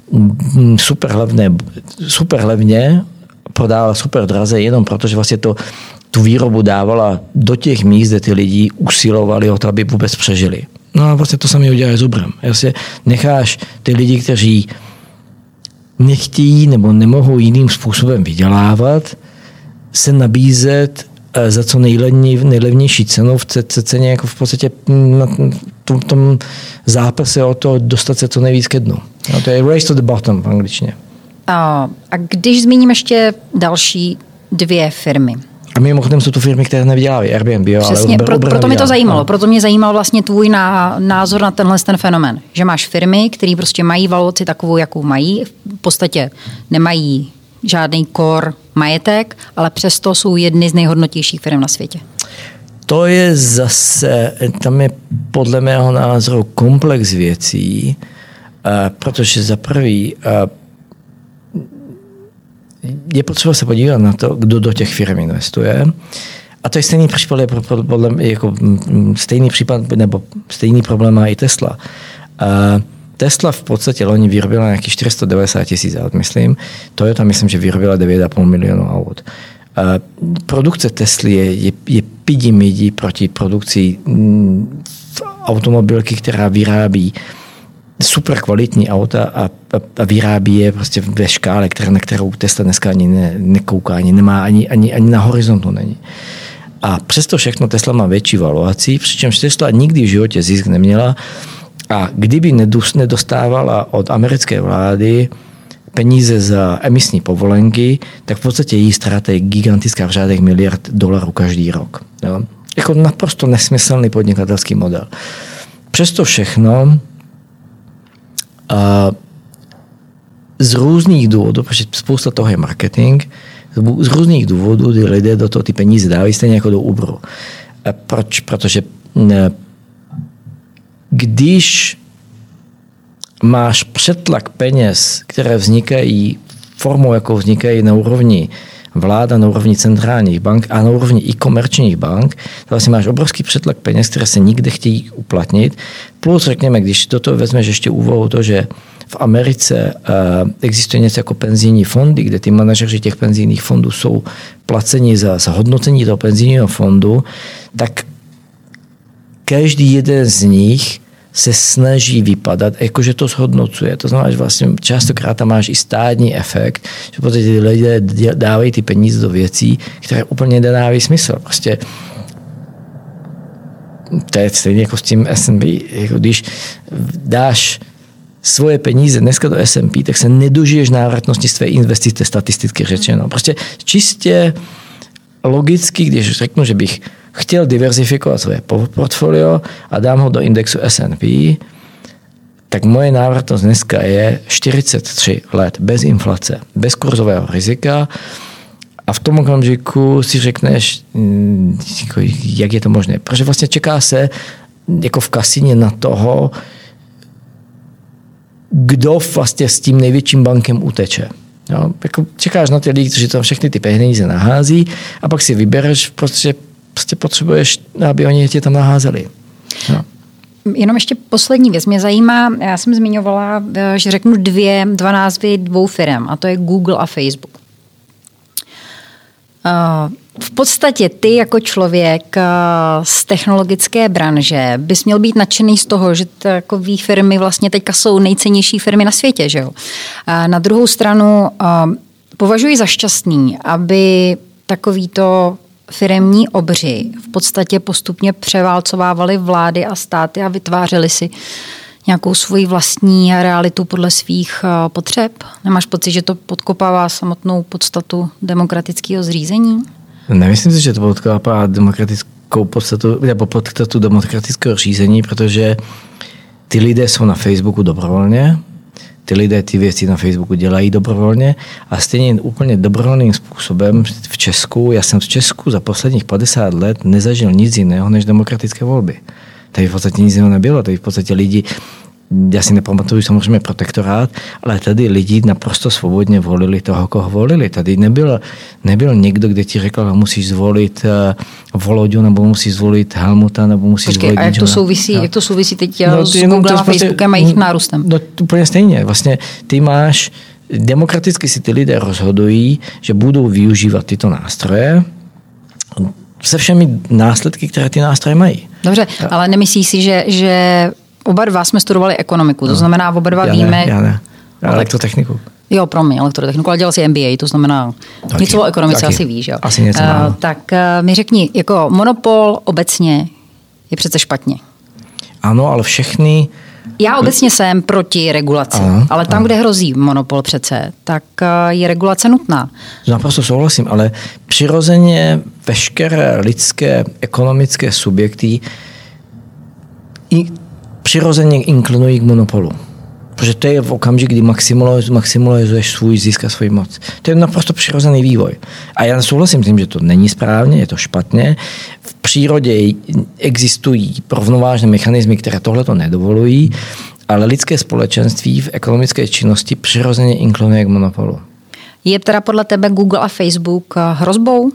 super levně, prodala super draze jenom proto, že vlastně tu výrobu dávala do těch míst, kde ty lidi usilovali o to, aby vůbec přežili. No a vlastně to samé udělá s Uberem. Vlastně necháš ty lidi, kteří nechtějí nebo nemohou jiným způsobem vydělávat, se nabízet za co nejlevnější cenou v ceně jako v podstatě na tom zápase o to dostat se co nejvíc ke dnu. No, to je race to the bottom v angličtině. A když zmíním ještě další dvě firmy. A mimochodem jsou to firmy, které nevydělávají Airbnb, přesně, ale Uber proto mě to zajímalo. Proto mě zajímal vlastně tvůj názor na ten fenomén. Že máš firmy, které prostě mají valuaci takovou, jakou mají, v podstatě nemají žádný core majetek, ale přesto jsou jedny z nejhodnotějších firm na světě. To je zase, tam je podle mého názoru komplex věcí, protože za prvý je potřeba se podívat na to, kdo do těch firm investuje. A to je stejný případ, jako stejný případ, nebo stejný problém má i Tesla. Tesla v podstatě loni vyrobila nějakých 490 000 aut, myslím. Toyota, myslím, že vyrobila 9,5 milionu aut. Produkce Tesly je pidi-midi proti produkci automobilky, která vyrábí super kvalitní auta a vyrábí je prostě ve škále, na kterou Tesla dneska ani nekouká, ani nemá, ani na horizontu není. A přesto všechno Tesla má větší valuaci, přičemž Tesla nikdy v životě zisk neměla a kdyby nedostávala od americké vlády peníze za emisní povolenky, tak v podstatě její ztráta je gigantická v řádech miliard dolarů každý rok. Jo? Jako naprosto nesmyslný podnikatelský model. Přesto všechno z různých důvodů, protože spousta toho je marketing, z různých důvodů ty lidé do toho ty peníze dávají stejně jako do Uberu. Proč? Protože když máš přetlak peněz, které vznikají formou, jako vznikají na úrovni vláda, na úrovni centrálních bank a na úrovni i komerčních bank, to vlastně máš obrovský přetlak peněz, které se nikde chtějí uplatnit. Plus, řekněme, když do toho vezmeš ještě úvahu to, že v Americe existuje něco jako penzijní fondy, kde ty manažeři těch penzijních fondů jsou placeni za hodnocení toho penzijního fondu, tak každý jeden z nich se snaží vypadat, jakože to zhodnocuje. To znamená, že vlastně častokrát tam máš i státní efekt, že v podstatě lidé dávají ty peníze do věcí, které úplně nedávají smysl. Prostě to je stejně jako s tím S&P. Jako když dáš svoje peníze dneska do S&P, tak se nedožiješ návratnosti své investice, statisticky řečeno. Prostě čistě logicky, když řeknu, že bych chtěl diverzifikovat svoje portfolio a dám ho do indexu S&P, tak moje návratnost dneska je 43 let bez inflace, bez kurzového rizika a v tom okamžiku si řekneš, jak je to možné. Protože vlastně čeká se jako v kasině na toho, kdo vlastně s tím největším bankem uteče. Jo? Jako čekáš na ty lidi, kteří tam všechny ty peníze nahází a pak si vybereš, protože prostě potřebuješ, aby oni tě tam naházeli. Jo. Jenom ještě poslední věc mě zajímá, já jsem zmiňovala, že řeknu dva názvy dvou firem, a to je Google a Facebook. V podstatě ty jako člověk z technologické branže bys měl být nadšený z toho, že takové firmy vlastně teďka jsou nejcennější firmy na světě. Že jo? Na druhou stranu považuji za šťastný, aby takovýto firemní obři v podstatě postupně převálcovávali vlády a státy a vytvářeli si nějakou svoji vlastní realitu podle svých potřeb. Nemáš pocit, že to podkopává samotnou podstatu demokratického zřízení? Nemyslím si, že to podkopává demokratickou podstatu, nebo podstatu demokratického řízení, protože ty lidé jsou na Facebooku dobrovolně, ty lidé ty věci na Facebooku dělají dobrovolně a stejně úplně dobrovolným způsobem v Česku, já jsem v Česku za posledních 50 let nezažil nic jiného než demokratické volby. Tady v podstatě nic jiného nebylo, tady v podstatě lidi, já si nepamatuju samozřejmě protektorát, ale tady lidi naprosto svobodně volili toho, koho volili. Tady nebyl někdo, kde ti řekl, musíš zvolit Voloďu, nebo musíš zvolit Helmuta, nebo musíš zvolit... A jak to souvisí teď s Googlem a Facebookem a jejich nárůstem? No, úplně stejně. Vlastně ty máš, demokraticky si ty lidé rozhodují, že budou využívat tyto nástroje se všemi následky, které ty nástroje mají. Dobře, ale nemyslíš si, že oba dva jsme studovali ekonomiku, to znamená, oba dva víme... Já ne. Elektrotechniku. Jo, promiň, elektrotechniku, ale dělal si MBA, to znamená, něco o ekonomice asi víš. Jo. Asi něco málo. Tak mi řekni, jako monopol obecně je přece špatně. Ano, ale všechny... Já obecně jsem proti regulaci, ale tam, kde hrozí monopol přece, tak je regulace nutná. Naprosto souhlasím, ale přirozeně veškeré lidské ekonomické subjekty přirozeně inklinují k monopolu. Protože to je v okamžik, kdy maximalizuješ svůj zisk a svůj moc. To je naprosto přirozený vývoj. A já souhlasím s tím, že to není správně, je to špatně. V přírodě existují rovnovážné mechanismy, které tohleto nedovolují, ale lidské společenství v ekonomické činnosti přirozeně inklinuje k monopolu. Je teda podle tebe Google a Facebook hrozbou?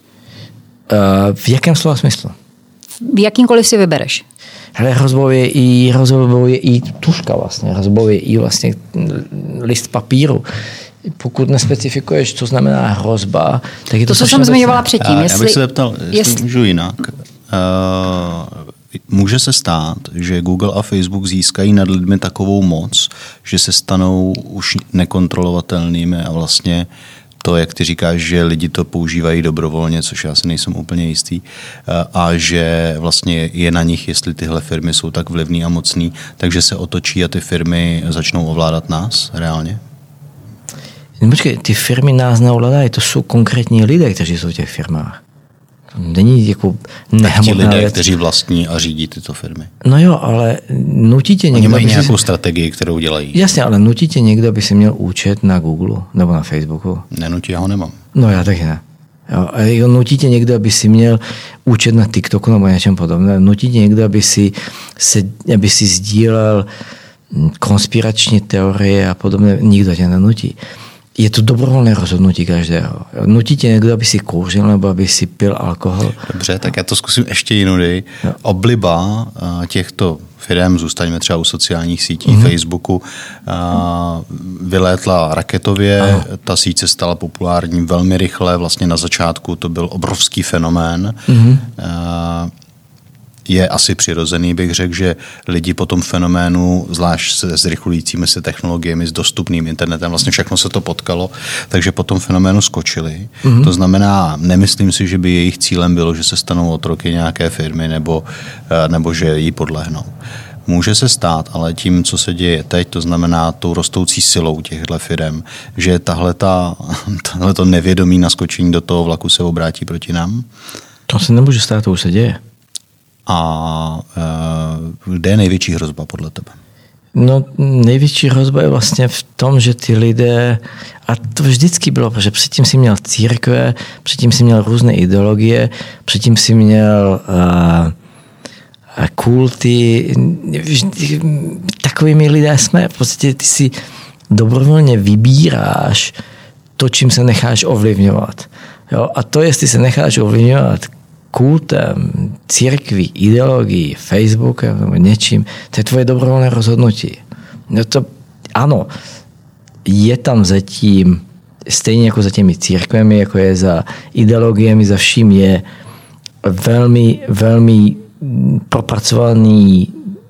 V jakém slova smyslu? V jakýmkoliv si vybereš. Hele, hrozbou je i tužka vlastně, hrozbou je i vlastně list papíru. Pokud nespecifikuješ, co znamená hrozba, tak je to... To, co jsem zmiňovala předtím. Já bych se zeptal, jestli můžu jinak. Může se stát, že Google a Facebook získají nad lidmi takovou moc, že se stanou už nekontrolovatelnými a vlastně to, jak ty říkáš, že lidi to používají dobrovolně, což já si nejsem úplně jistý, a že vlastně je na nich, jestli tyhle firmy jsou tak vlivný a mocný, takže se otočí a ty firmy začnou ovládat nás reálně? Počkej, ty firmy nás neovládají, to jsou konkrétní lidé, kteří jsou v těch firmách. Není jako ti lidé, kteří vlastní a řídí tyto firmy. No jo, ale nutí tě někdo... Oni mají nějakou strategii, kterou dělají. Jasně, ale nutí tě někdo, aby si měl účet na Google nebo na Facebooku. Nenutí, já ho nemám. No já taky ne. Jo, nutí tě někdo, aby si měl účet na TikToku nebo něčem podobném. Nutí tě někdo, aby si sdílel konspirační teorie a podobné. Nikdo tě nenutí. Je to dobrovolné rozhodnutí každého. Nutí tě někdo, aby si kouřil nebo aby si pil alkohol. Dobře, tak já to zkusím ještě jinudy. Obliba těchto firem, zůstaňme třeba u sociálních sítí, Facebooku, vylétla raketově, ta síť se stala populární velmi rychle, vlastně na začátku to byl obrovský fenomén. je asi přirozený, bych řekl, že lidi po tom fenoménu, zvlášť se zrychlujícími se technologiemi, s dostupným internetem, vlastně všechno se to potkalo, takže po tom fenoménu skočili. To znamená, nemyslím si, že by jejich cílem bylo, že se stanou otroky nějaké firmy nebo že jí podlehnou. Může se stát, ale tím, co se děje teď, to znamená tou rostoucí silou těchto firem, že tahleto nevědomí naskočení do toho vlaku se obrátí proti nám. To se nemůže stát, to už se děje. A kde je největší hrozba podle tebe? No, největší hrozba je vlastně v tom, že ty lidé, a to vždycky bylo, protože předtím si měl církve, předtím si měl různé ideologie, předtím si měl kulty, takovými lidé jsme, v podstatě ty si dobrovolně vybíráš to, čím se necháš ovlivňovat. Jo? A to, jestli se necháš ovlivňovat kultem, církví, ideologií, Facebookem nebo něčím, to je tvoje dobrovolné rozhodnutí. No to, ano, je tam zatím, stejně jako za těmi církvemi, jako je za ideologiemi, za vším je velmi, velmi propracovaný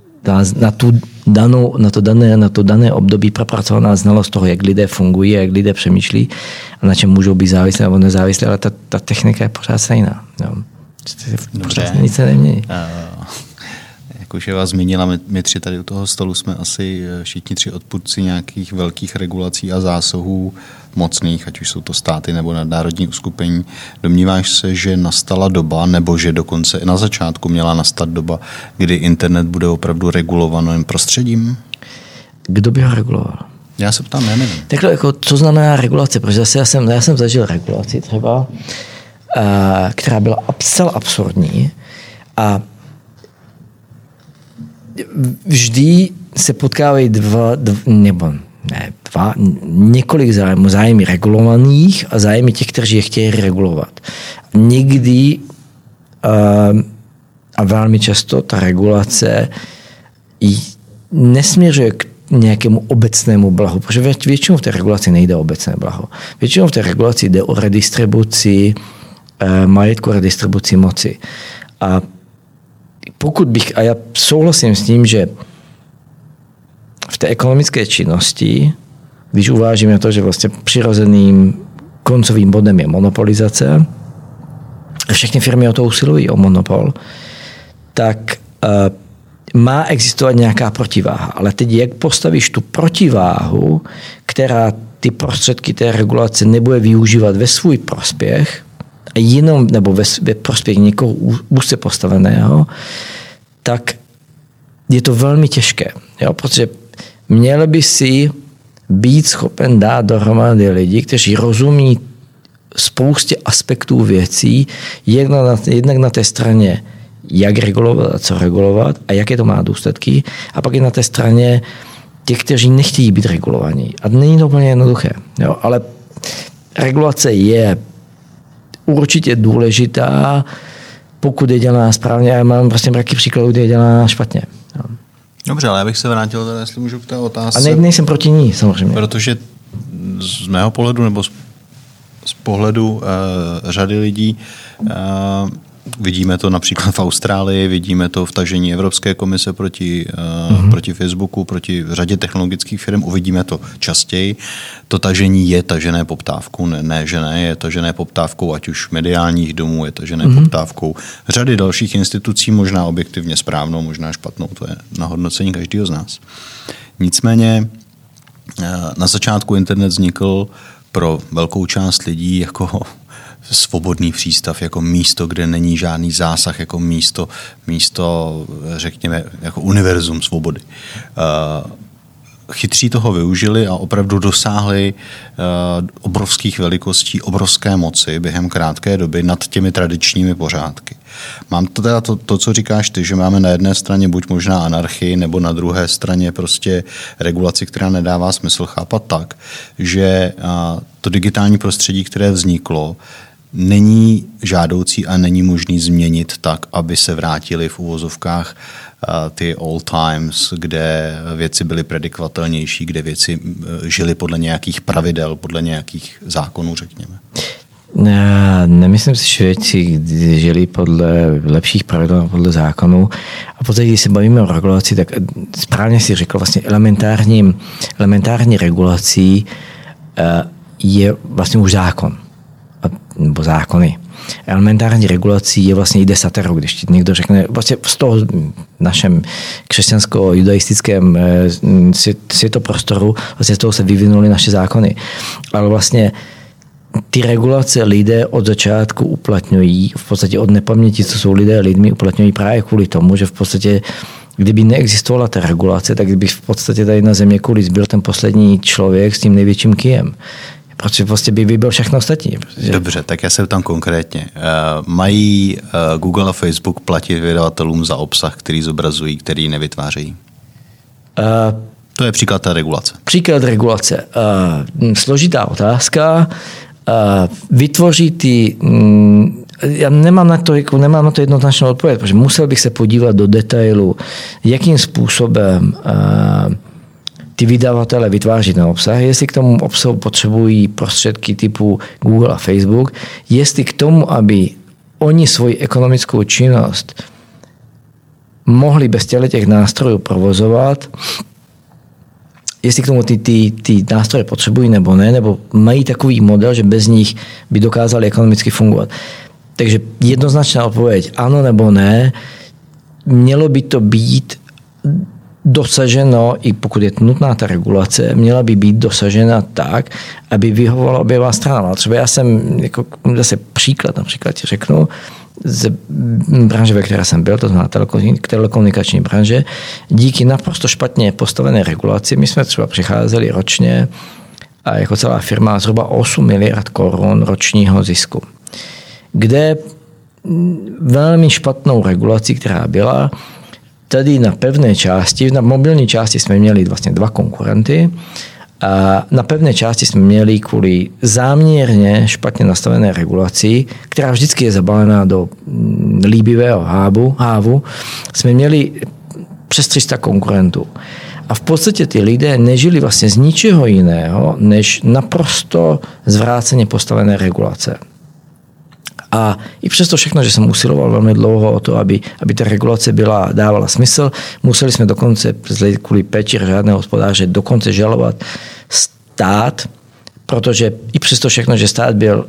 na to dané období propracovaná znalost toho, jak lidé fungují, jak lidé přemýšlí a na čem můžou být závislí nebo nezávislí, ale ta technika je pořád stejná. Jo. Pořád nic se nemění. Jak už je vás zmínila, my tři tady u toho stolu jsme asi všichni tři odpůrci nějakých velkých regulací a zásahů mocných, ať už jsou to státy nebo nadnárodní uskupení. Domníváš se, že nastala doba, nebo že dokonce i na začátku měla nastat doba, kdy internet bude opravdu regulovaným prostředím? Kdo by ho reguloval? Já se ptám, já nevím. Takhle, jako, co znamená regulace? Protože zase já jsem zažil regulaci třeba, která byla zcela absurdní a vždy se potkávají několik zájmy regulovaných a zájmy těch, kteří je chtějí regulovat. Někdy a velmi často ta regulace nesměřuje k nějakému obecnému blahu, protože většinou v té regulaci nejde o obecné blaho. Většinou v té regulaci jde o redistribuci majetku, redistribuci moci. A já souhlasím s tím, že v té ekonomické činnosti, když uvážíme to, že vlastně přirozeným koncovým bodem je monopolizace, všechny firmy o to usilují, o monopol, tak má existovat nějaká protiváha. Ale teď jak postavíš tu protiváhu, která ty prostředky té regulace nebude využívat ve svůj prospěch, jenom nebo ve prospěch někoho úzce postaveného, tak je to velmi těžké. Jo? Protože měl by si být schopen dát dohromady lidi, kteří rozumí spoustě aspektů věcí, jednak na té straně, jak regulovat a co regulovat a jaké to má důsledky, a pak i na té straně těch, kteří nechtějí být regulovaní. A není to úplně jednoduché. Jo? Ale regulace je určitě důležitá, pokud je dělaná správně. Já mám vlastně mraky příkladů, kde je dělaná špatně. Jo. Dobře, ale já bych se vrátil, teda, jestli můžu k té otázce. A nejsem proti ní, samozřejmě. Protože z mého pohledu, nebo z pohledu řady lidí, vidíme to například v Austrálii, vidíme to v tažení Evropské komise proti Facebooku, proti řadě technologických firm, uvidíme to častěji. To tažení je tažené poptávkou, ne, že ne, je tažené poptávkou, ať už mediálních domů, je tažené poptávkou řady dalších institucí, možná objektivně správnou, možná špatnou, to je na hodnocení každého z nás. Nicméně na začátku internet vznikl pro velkou část lidí jako svobodný přístav, jako místo, kde není žádný zásah, jako místo řekněme, jako univerzum svobody. Chytří toho využili a opravdu dosáhli obrovských velikostí, obrovské moci během krátké doby nad těmi tradičními pořádky. Mám to teda to, co říkáš ty, že máme na jedné straně buď možná anarchii, nebo na druhé straně prostě regulaci, která nedává smysl chápat tak, že to digitální prostředí, které vzniklo, není žádoucí a není možný změnit tak, aby se vrátili v uvozovkách ty old times, kde věci byly predikovatelnější, kde věci žily podle nějakých pravidel, podle nějakých zákonů, řekněme. Nemyslím si, že Švédci žili podle lepších pravidel, podle zákonů. A potom, když se bavíme o regulaci, tak správně si řekl, vlastně elementární regulací je vlastně už zákon. Nebo zákony. Elementární regulací je vlastně i desatero, když někdo řekne, vlastně z toho našem křesťansko-judaistickém světoprostoru, vlastně z toho se vyvinuly naše zákony. Ale vlastně ty regulace lidé od začátku uplatňují, v podstatě od nepaměti, co jsou lidé lidmi, uplatňují právě kvůli tomu, že v podstatě kdyby neexistovala ta regulace, tak by v podstatě tady na země kulis byl ten poslední člověk s tím největším kyjem. Protože vlastně by vybil všechno ostatní. Dobře, tak já se ptám konkrétně. Mají Google a Facebook platit vydavatelům za obsah, který zobrazují, který nevytvářejí? To je příklad té regulace. Příklad regulace. Složitá otázka. Vytvoří ty... Já nemám na to jednoznačnou odpověď, protože musel bych se podívat do detailu, jakým způsobem ty vydavatele vytváří ten obsah, jestli k tomu obsahu potřebují prostředky typu Google a Facebook, jestli k tomu, aby oni svoji ekonomickou činnost mohli bez těch nástrojů provozovat, jestli k tomu ty nástroje potřebují nebo ne, nebo mají takový model, že bez nich by dokázali ekonomicky fungovat. Takže jednoznačná odpověď ano nebo ne, mělo by to být dosaženo, i pokud je nutná ta regulace, měla by být dosažena tak, aby vyhovovala oběma stranám. Třeba já jsem, jako zase příklad například ti řeknu, z branže, ve které jsem byl, to znamená telekomunikační branže, díky naprosto špatně postavené regulaci, my jsme třeba přicházeli ročně a jako celá firma zhruba 8 miliard korun ročního zisku, kde velmi špatnou regulací, která byla, tady na pevné části, na mobilní části jsme měli vlastně 2 konkurenty a na pevné části jsme měli kvůli záměrně špatně nastavené regulaci, která vždycky je zabalená do líbivého hávu, jsme měli přes 300 konkurentů. A v podstatě ty lidé nežili vlastně z ničeho jiného, než naprosto zvráceně postavené regulace. A i přesto všechno, že jsem usiloval velmi dlouho o to, aby ta regulace dávala smysl, museli jsme dokonce kvůli péči řádného hospodáře dokonce žalovat stát, protože i přesto všechno, že stát byl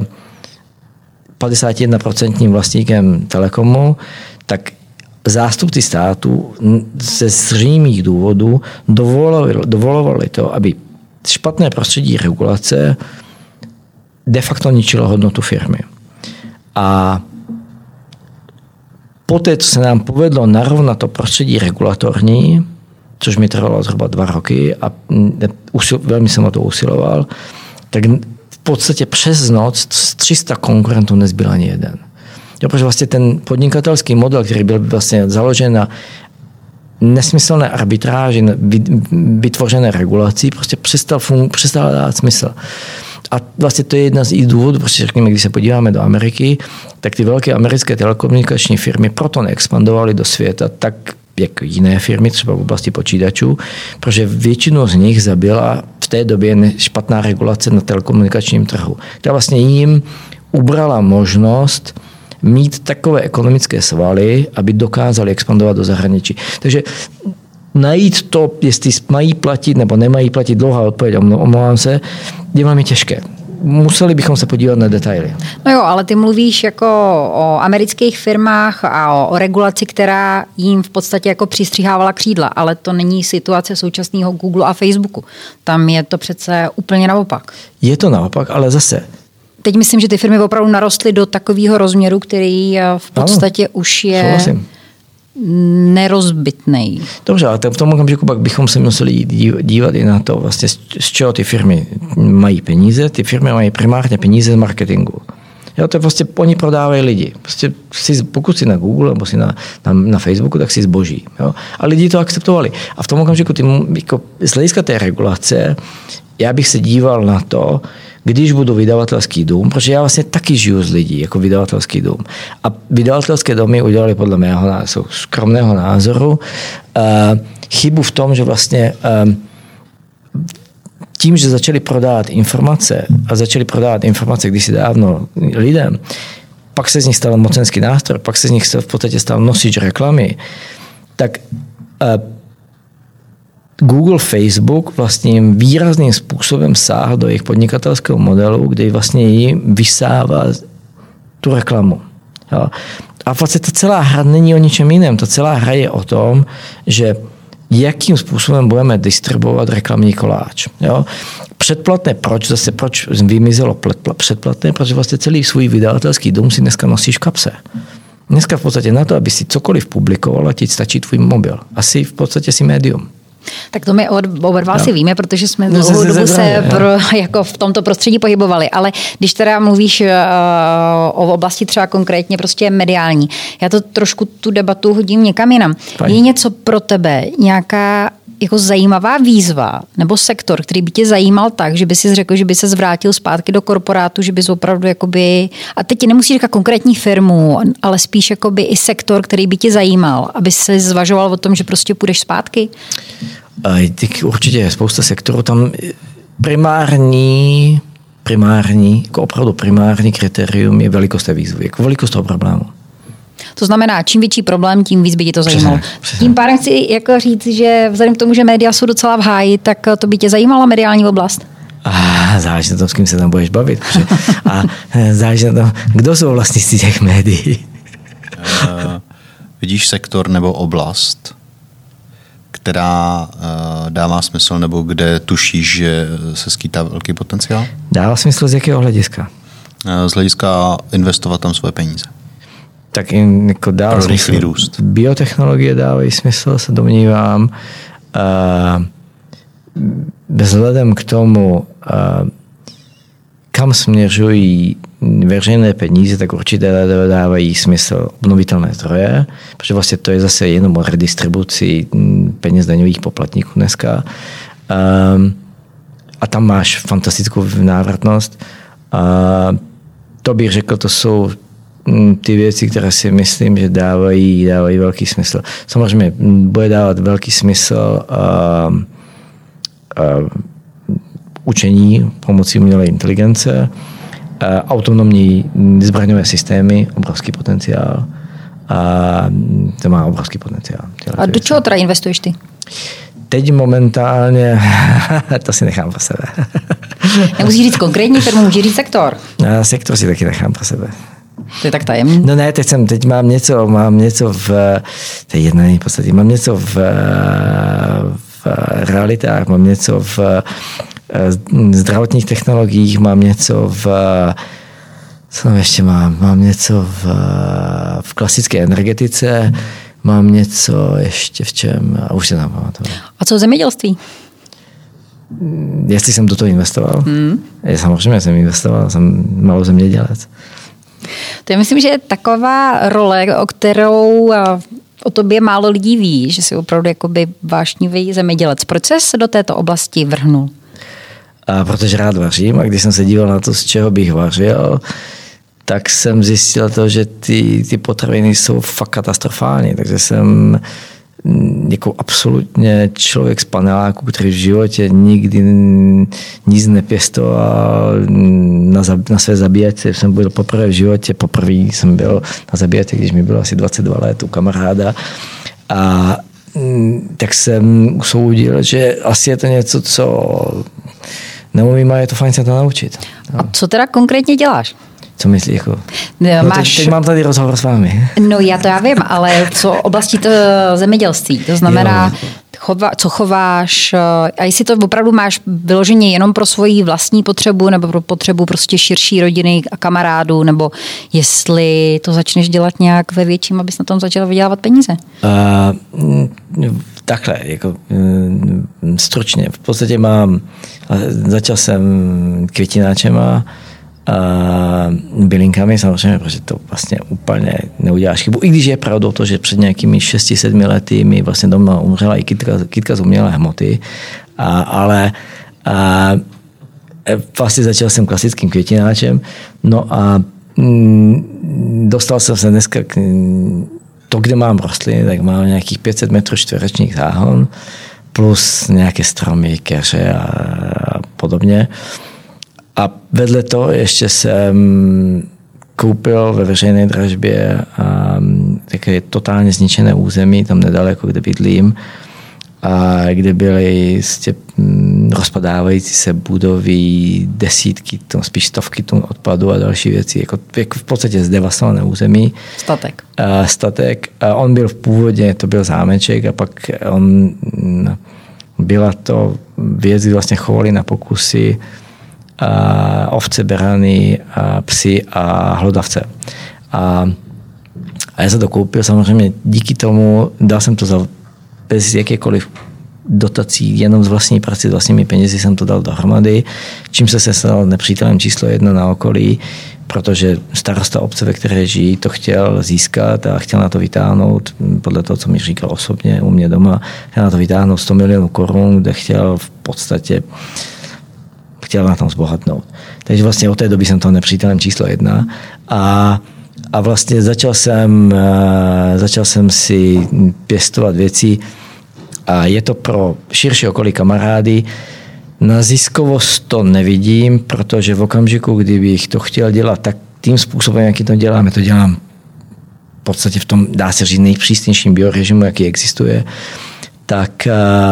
51% vlastníkem Telekomu, tak zástupci státu ze zřejmých důvodů dovolovali to, aby špatné prostředí regulace de facto ničilo hodnotu firmy. A poté, co se nám povedlo narovnat to prostředí regulatorní, což mi trvalo zhruba 2 roky a velmi jsem o to usiloval, tak v podstatě přes noc z 300 konkurentů nezbyl ani jeden. Protože vlastně ten podnikatelský model, který byl vlastně založen na nesmyslné arbitráži, vytvořené regulací, prostě přestal dát smysl. A vlastně to je jedna z důvodů, protože řekněme, když se podíváme do Ameriky, tak ty velké americké telekomunikační firmy proto neexpandovaly do světa tak, jako jiné firmy, třeba v oblasti počítačů, protože většinu z nich zabila v té době špatná regulace na telekomunikačním trhu, která vlastně jim ubrala možnost mít takové ekonomické svaly, aby dokázali expandovat do zahraničí. Takže najít to, jestli mají platit nebo nemají platit, dlouhá odpověď, omlouvám se, je velmi těžké. Museli bychom se podívat na detaily. No jo, ale ty mluvíš jako o amerických firmách a o regulaci, která jim v podstatě jako přistřihávala křídla, ale to není situace současného Google a Facebooku. Tam je to přece úplně naopak. Je to naopak, ale zase. Teď myslím, že ty firmy opravdu narostly do takového rozměru, který v podstatě už je... Souhlasím. Nerozbitnej. Dobře, ale v tom okamžiku pak bychom se museli dívat i na to, vlastně, z čeho ty firmy mají peníze. Ty firmy mají primárně peníze z marketingu. Jo, to je vlastně, oni prodávají lidi. Prostě pokud si na Google nebo si na Facebooku, tak si zboží. Jo? A lidi to akceptovali. A v tom okamžiku jako, z hlediska té regulace já bych se díval na to, když budu vydavatelský dům, protože já vlastně taky žiju z lidí jako vydavatelský dům. A vydavatelské domy udělali podle mého skromného názoru chybu v tom, že vlastně tím, že začali prodávat informace kdysi dávno lidem, pak se z nich stal mocenský nástroj, pak se z nich v podstatě stal nosič reklamy, tak Google, Facebook vlastně jim výrazným způsobem sáhl do jejich podnikatelského modelu, kde vlastně jim vysává tu reklamu. Jo. A vlastně ta celá hra není o ničem jiném. Ta celá hra je o tom, že jakým způsobem budeme distribuovat reklamní koláč. Jo. Předplatné, proč vymizelo předplatné? Protože vlastně celý svůj vydavatelský dům si dneska nosíš v kapse. Dneska v podstatě na to, aby si cokoliv publikoval, ti stačí tvůj mobil. Asi v podstatě si médium. Tak to my oba dva si víme, protože jsme dlouhou dobu se jako v tomto prostředí pohybovali. Ale když teda mluvíš o oblasti třeba konkrétně prostě mediální, já to trošku tu debatu hodím někam jinam. Je něco pro tebe, nějaká jako zajímavá výzva nebo sektor, který by tě zajímal tak, že by si řekl, že by se zvrátil zpátky do korporátu, že bys opravdu jakoby, a teď ti nemusíš říkat konkrétní firmu, ale spíš jakoby i sektor, který by tě zajímal, aby se zvažoval o tom, že prostě půjdeš zpátky? Určitě je spousta sektorů. Tam primární, jako opravdu primární kritérium je velikost té výzvy, jako velikost toho problému. To znamená, čím větší problém, tím víc by tě to zajímalo. Přesně. Tím pádem chci jako říct, že vzhledem k tomu, že média jsou docela v háji, tak to by tě zajímala mediální oblast? Záleží na tom, s kým se tam budeš bavit. A záleží na tom, kdo jsou vlastníci těch médií. Vidíš sektor nebo oblast, která dává smysl, nebo kde tušíš, že se skýtá velký potenciál? Dává smysl z jakého hlediska? Z hlediska investovat tam svoje peníze. Tak jako dává smysl. Růst. Biotechnologie dávají smysl, se domnívám. Vzhledem k tomu, kam směřují veřejné peníze, tak určitě dávají smysl obnovitelné zdroje, protože vlastně to je zase jenom o redistribuci peněz daňových poplatníků dneska. A tam máš fantastickou návratnost. To bych řekl, to jsou ty věci, které si myslím, že dávají velký smysl. Samozřejmě bude dávat velký smysl učení pomocí umělé inteligence, autonomní zbraňové systémy, obrovský potenciál. To má obrovský potenciál. A do čeho teda investuješ ty? Teď momentálně, to si nechám pro sebe. Nemusíš říct konkrétní firmu, můžeš říct sektor. Sektor si taky nechám pro sebe. To je tak tajemný? No ne, teď mám něco v to je jedno v podstatě, mám něco v realitách, mám něco v zdravotních technologiích, mám něco co tam ještě mám něco v klasické energetice, mám něco ještě v čem, a už se tam pamatuju. A co zemědělství? Jestli jsem do toho investoval? Samozřejmě jsem investoval, jsem malou zemědělec. To já myslím, že je taková role, o kterou o tobě málo lidí ví, že jsi opravdu jakoby vášnivý zemědělec. Proč jsi se do této oblasti vrhnul? Protože rád vařím a když jsem se díval na to, z čeho bych vařil, tak jsem zjistil to, že ty potraviny jsou fakt katastrofální. Takže jsem jako absolutně člověk z paneláku, který v životě nikdy nic nepěstoval na své zabíjačce. Jsem byl poprvé v životě, jsem byl na zabíjačce, když mi bylo asi 22 let u kamaráda. A tak jsem usoudil, že asi je to něco, co neumím, a je to fajn se to naučit. No. A co teda konkrétně děláš? Co myslíš? Jako? Teď mám tady rozhovor s vámi. No já vím, ale co oblasti to zemědělství, to znamená, co chováš a jestli to opravdu máš vyloženě jenom pro svoji vlastní potřebu nebo pro potřebu prostě širší rodiny a kamarádů, nebo jestli to začneš dělat nějak ve větším, abys na tom začal vydělávat peníze? Takhle, jako stručně. V podstatě začal jsem květináčema a bylinkami samozřejmě, protože to vlastně úplně neuděláš chybu. I když je pravdou to, že před nějakými 6-7 lety mi vlastně doma umřela i kytka z umělé hmoty, ale vlastně začal jsem klasickým květináčem. No a dostal jsem se dneska k to, kde mám rostliny, tak mám nějakých 500 metrů čtverečních záhon, plus nějaké stromy, keře a podobně. A vedle toho ještě jsem koupil ve veřejné dražbě také totálně zničené území, tam nedaleko, kde bydlím, a kde byly rozpadávající se budovy, desítky, spíš stovky tun odpadu a další věci. Jako v podstatě zdevastované území. Statek. A on byl v původě, to byl zámeček a pak byla to věc, kdy vlastně chovali na pokusy ovce, berany, psy a hlodavce. A já jsem to koupil, samozřejmě díky tomu dal jsem to bez jakékoliv dotací, jenom z vlastní práce, s vlastními penězi jsem to dal dohromady, čím se stal nepřítelem číslo 1 na okolí, protože starosta obce, ve které žijí, to chtěl získat a chtěl na to vytáhnout, podle toho, co mi říkal osobně u mě doma, chtěl na to vytáhnout 100 milionů korun, kde chtěl v podstatě na tom zbohatnout. Takže vlastně od té doby jsem toho nepřítelem číslo 1 a vlastně začal jsem si pěstovat věci a je to pro širší okolí kamarády. Na ziskovost to nevidím, protože v okamžiku, kdybych to chtěl dělat tak tím způsobem, jaký to dělám v podstatě v tom, dá se říct, nejpřísnějším biorežimu, jaký existuje, tak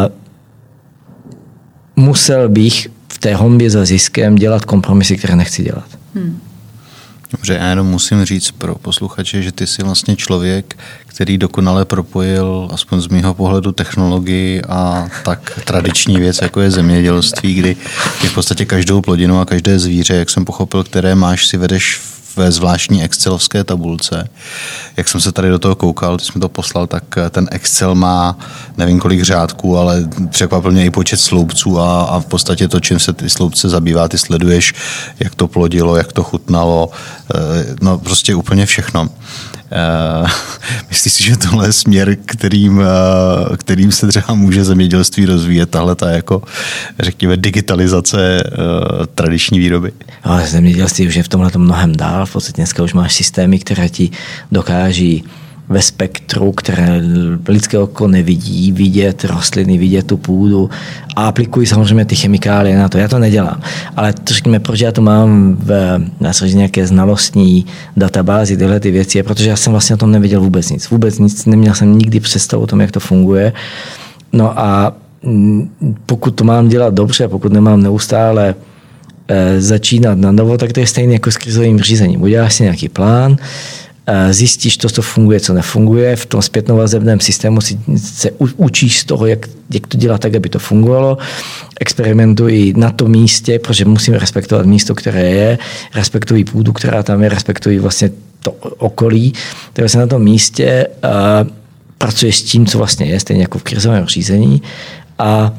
musel bych v té honbě za ziskem dělat kompromisy, které nechci dělat. Dobře, já jenom musím říct pro posluchače, že ty jsi vlastně člověk, který dokonale propojil, aspoň z mýho pohledu, technologii a tak tradiční věc, jako je zemědělství, kdy v podstatě každou plodinu a každé zvíře, jak jsem pochopil, které máš, si vedeš ve zvláštní excelovské tabulce. Jak jsem se tady do toho koukal, když jsem to poslal, tak ten Excel má nevím kolik řádků, ale překvapil mě i počet sloupců a v podstatě to, čím se ty sloupce zabývá, ty sleduješ, jak to plodilo, jak to chutnalo, no prostě úplně všechno. Myslíš si, že tohle je směr, kterým se třeba může zemědělství rozvíjet, tahle ta jako, řekněme, digitalizace tradiční výroby? Ale zemědělství už je v tomhle mnohem dál. V podstatě dneska už máš systémy, které ti dokáží ve spektru, které lidské oko nevidí, vidět rostliny, vidět tu půdu a aplikují samozřejmě ty chemikálie na to. Já to nedělám. Ale to řekněme, proč já to mám v nějaké znalostní databázi, tyhle ty věci, protože já jsem vlastně o tom nevěděl vůbec nic. Neměl jsem nikdy představu o tom, jak to funguje. No a pokud to mám dělat dobře, pokud nemám neustále začínat na novo, tak to je stejné jako s krizovým řízením. Uděláš si nějaký plán, zjistíš to, co funguje, co nefunguje. V tom zpětnovazebném systému se učíš z toho, jak to dělat tak, aby to fungovalo. Experimentuji na tom místě, protože musím respektovat místo, které je, respektuji půdu, která tam je, respektuji vlastně to okolí. Takže na tom místě pracuješ s tím, co vlastně je, stejně jako v krizovém řízení a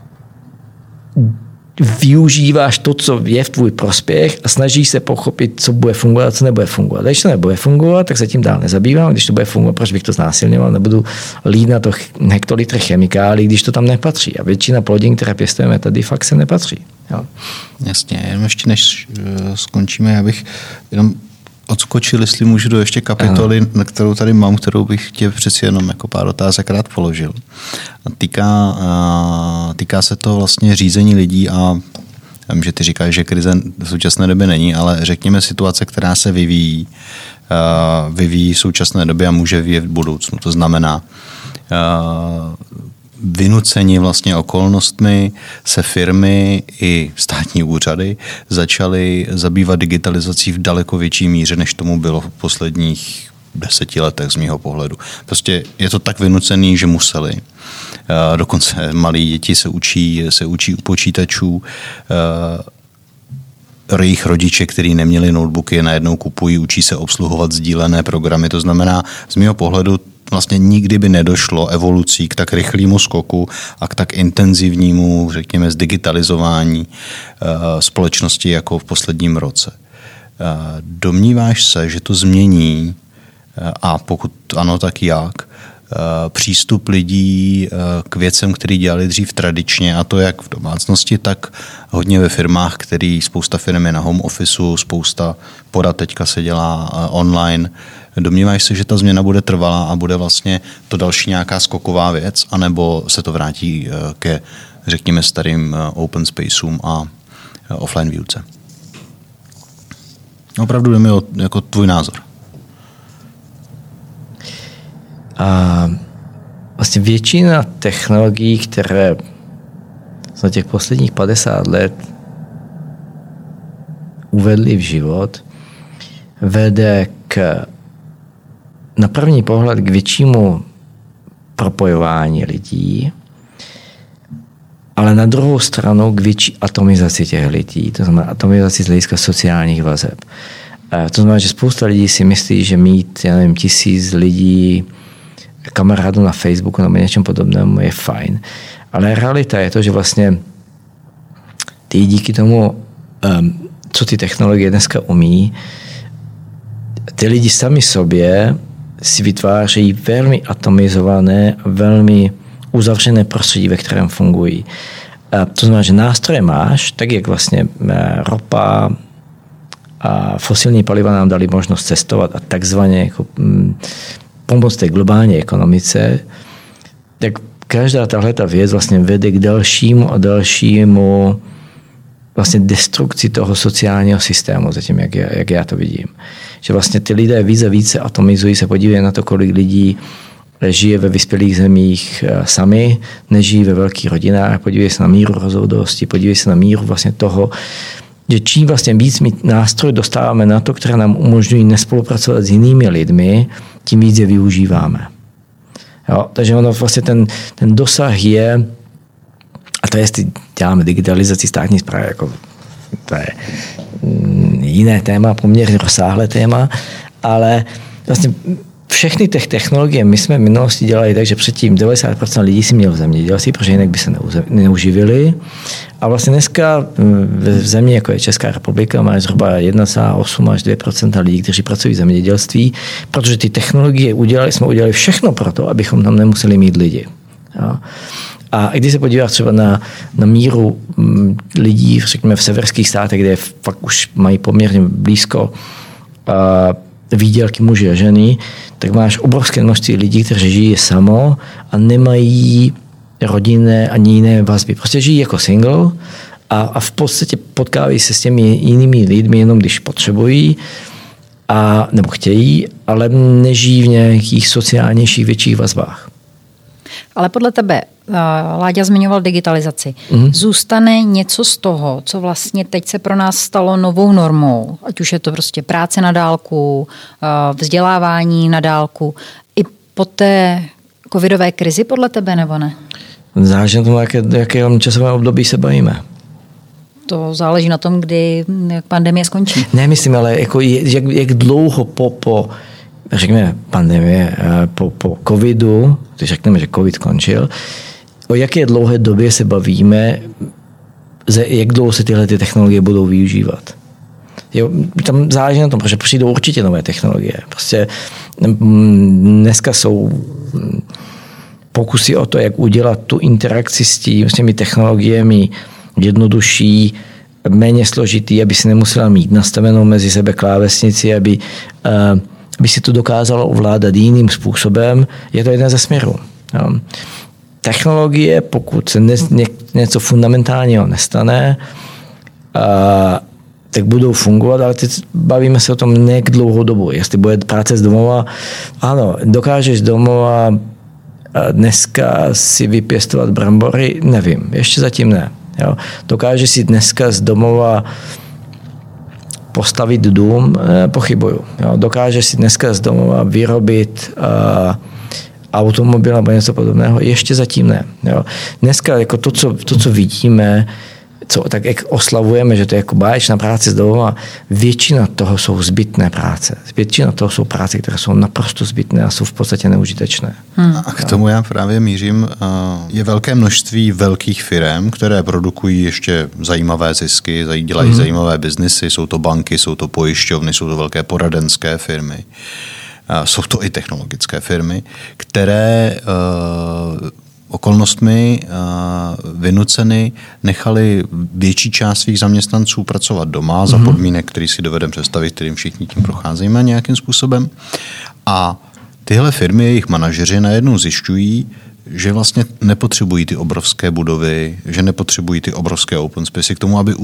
využíváš to, co je v tvůj prospěch a snažíš se pochopit, co bude fungovat a co nebude fungovat. Když to nebude fungovat, tak se tím dál nezabývám. Když to bude fungovat, proč bych to znásilňoval, nebudu lít na to hektolitr chemikálí, když to tam nepatří. A většina plodin, které pěstujeme tady, fakt se nepatří. Jo. Jasně, jenom ještě než skončíme, já bych jenom odskočil, jestli můžu, do ještě kapitoly, na kterou tady mám, kterou bych tě přeci jenom jako pár otázek rád položil. Týká se to vlastně řízení lidí a já vím, že ty říkáš, že krize v současné době není, ale řekněme situace, která se vyvíjí v současné době a může vyvíjet v budoucnu. To znamená vynuceni vlastně okolnostmi se firmy i státní úřady začaly zabývat digitalizací v daleko větší míře, než tomu bylo v posledních 10 letech z mýho pohledu. Prostě je to tak vynucený, že museli. Dokonce malí děti se učí u počítačů. Jejich rodiče, kteří neměli notebooky, najednou kupují, učí se obsluhovat sdílené programy. To znamená, z mého pohledu vlastně nikdy by nedošlo evolucí k tak rychlému skoku a k tak intenzivnímu, řekněme, zdigitalizování společnosti jako v posledním roce. Domníváš se, že to změní, a pokud ano, tak jak, přístup lidí k věcem, který dělali dřív tradičně, a to jak v domácnosti, tak hodně ve firmách, spousta firm je na home officeu, spousta porad teďka se dělá online. Domníváš se, že ta změna bude trvalá a bude vlastně to další nějaká skoková věc, anebo se to vrátí ke, řekněme, starým open spaceům a offline výuce. Opravdu jde mi o jako tvůj názor. A vlastně většina technologií, které za těch posledních 50 let uvedli v život, vede na první pohled k většímu propojování lidí, ale na druhou stranu k větší atomizaci těch lidí, to znamená atomizaci z hlediska sociálních vazeb. To znamená, že spousta lidí si myslí, že mít, 1000 lidí, kamarádů na Facebooku nebo něčem podobnému je fajn. Ale realita je to, že vlastně ty díky tomu, co ty technologie dneska umí, ty lidi sami sobě si vytvářejí velmi atomizované, velmi uzavřené prostředí, ve kterém fungují. To znamená, že nástroje máš, tak jak vlastně ropa a fosilní paliva nám dali možnost cestovat a takzvaně jako pomoct té globální ekonomice, tak každá tahleta věc vlastně vede k dalšímu a dalšímu vlastně destrukci toho sociálního systému, zatím, jak já to vidím. Že vlastně ty lidé více a více atomizují, se podívají na to, kolik lidí žije ve vyspělých zemích sami, nežijí ve velkých rodinách, podívají se na míru rozhodovosti, podívají se na míru vlastně toho, že čím vlastně víc my nástroj dostáváme na to, které nám umožňují nespolupracovat s jinými lidmi, tím víc je využíváme. Jo, takže ono vlastně ten dosah je, a to jestli děláme digitalizaci státní správy, jako to je jiné téma, poměrně rozsáhlé téma, ale vlastně všechny těch technologie my jsme v minulosti dělali tak, že předtím 90% lidí si měl v zemědělství, protože jinak by se neuživili. A vlastně dneska v zemi, jako je Česká republika, má zhruba 1,8 až 2% lidí, kteří pracují v zemědělství, protože ty technologie jsme udělali všechno pro to, abychom tam nemuseli mít lidi. Jo. A když se podíváš třeba na míru lidí, řekněme v severských státech, kde fakt už mají poměrně blízko výdělky muži a ženy, tak máš obrovské množství lidí, kteří žijí samo a nemají rodinné ani jiné vazby. Prostě žijí jako single a v podstatě potkávají se s těmi jinými lidmi jenom když potřebují nebo chtějí, ale nežijí v nějakých sociálnějších větších vazbách. Ale podle tebe, Láďa zmiňoval digitalizaci, zůstane něco z toho, co vlastně teď se pro nás stalo novou normou, ať už je to prostě práce na dálku, vzdělávání na dálku, i po té covidové krizi podle tebe, nebo ne? Záleží na tom, jaké časové období se bavíme. To záleží na tom, kdy pandemie skončí. Ne, myslím, ale jako jak dlouho po řekněme pandemie, po covidu, když řekneme, že covid skončil, o jaké dlouhé době se bavíme, jak dlouho se tyhle technologie budou využívat. Jo, tam záleží na tom, protože přijdou určitě nové technologie. Prostě dneska jsou pokusy o to, jak udělat tu interakci s těmi technologiemi jednodušší, méně složitý, aby si nemusela mít nastavenou mezi sebe klávesnici, aby si to dokázalo ovládat jiným způsobem, je to jeden ze směrů. Jo. Technologie, pokud se něco fundamentálního nestane, tak budou fungovat, ale teď bavíme se o tom ne k dlouhou dobu. Jestli bude práce z domova, ano, dokážeš z domova dneska si vypěstovat brambory, nevím, ještě zatím ne. Jo. Dokážeš si dneska z domova postavit dům, pochybuju. Jo. Dokážeš si dneska z domova vyrobit automobil nebo něco podobného, ještě zatím ne. Jo. Dneska jako to, co vidíme, tak jak oslavujeme, že to je jako báječná práce z domova, většina toho jsou zbytné práce. Většina toho jsou práce, které jsou naprosto zbytné a jsou v podstatě neužitečné. A k tomu já právě mířím. Je velké množství velkých firem, které produkují ještě zajímavé zisky, dělají zajímavé biznisy, jsou to banky, jsou to pojišťovny, jsou to velké poradenské firmy. Jsou to i technologické firmy, které okolnostmi vynuceny nechali větší část svých zaměstnanců pracovat doma za podmínek, který si dovedeme představit, kterým všichni tím procházíme nějakým způsobem. A tyhle firmy, jejich manažeři najednou zjišťují, že vlastně nepotřebují ty obrovské budovy, že nepotřebují ty obrovské open space k tomu, aby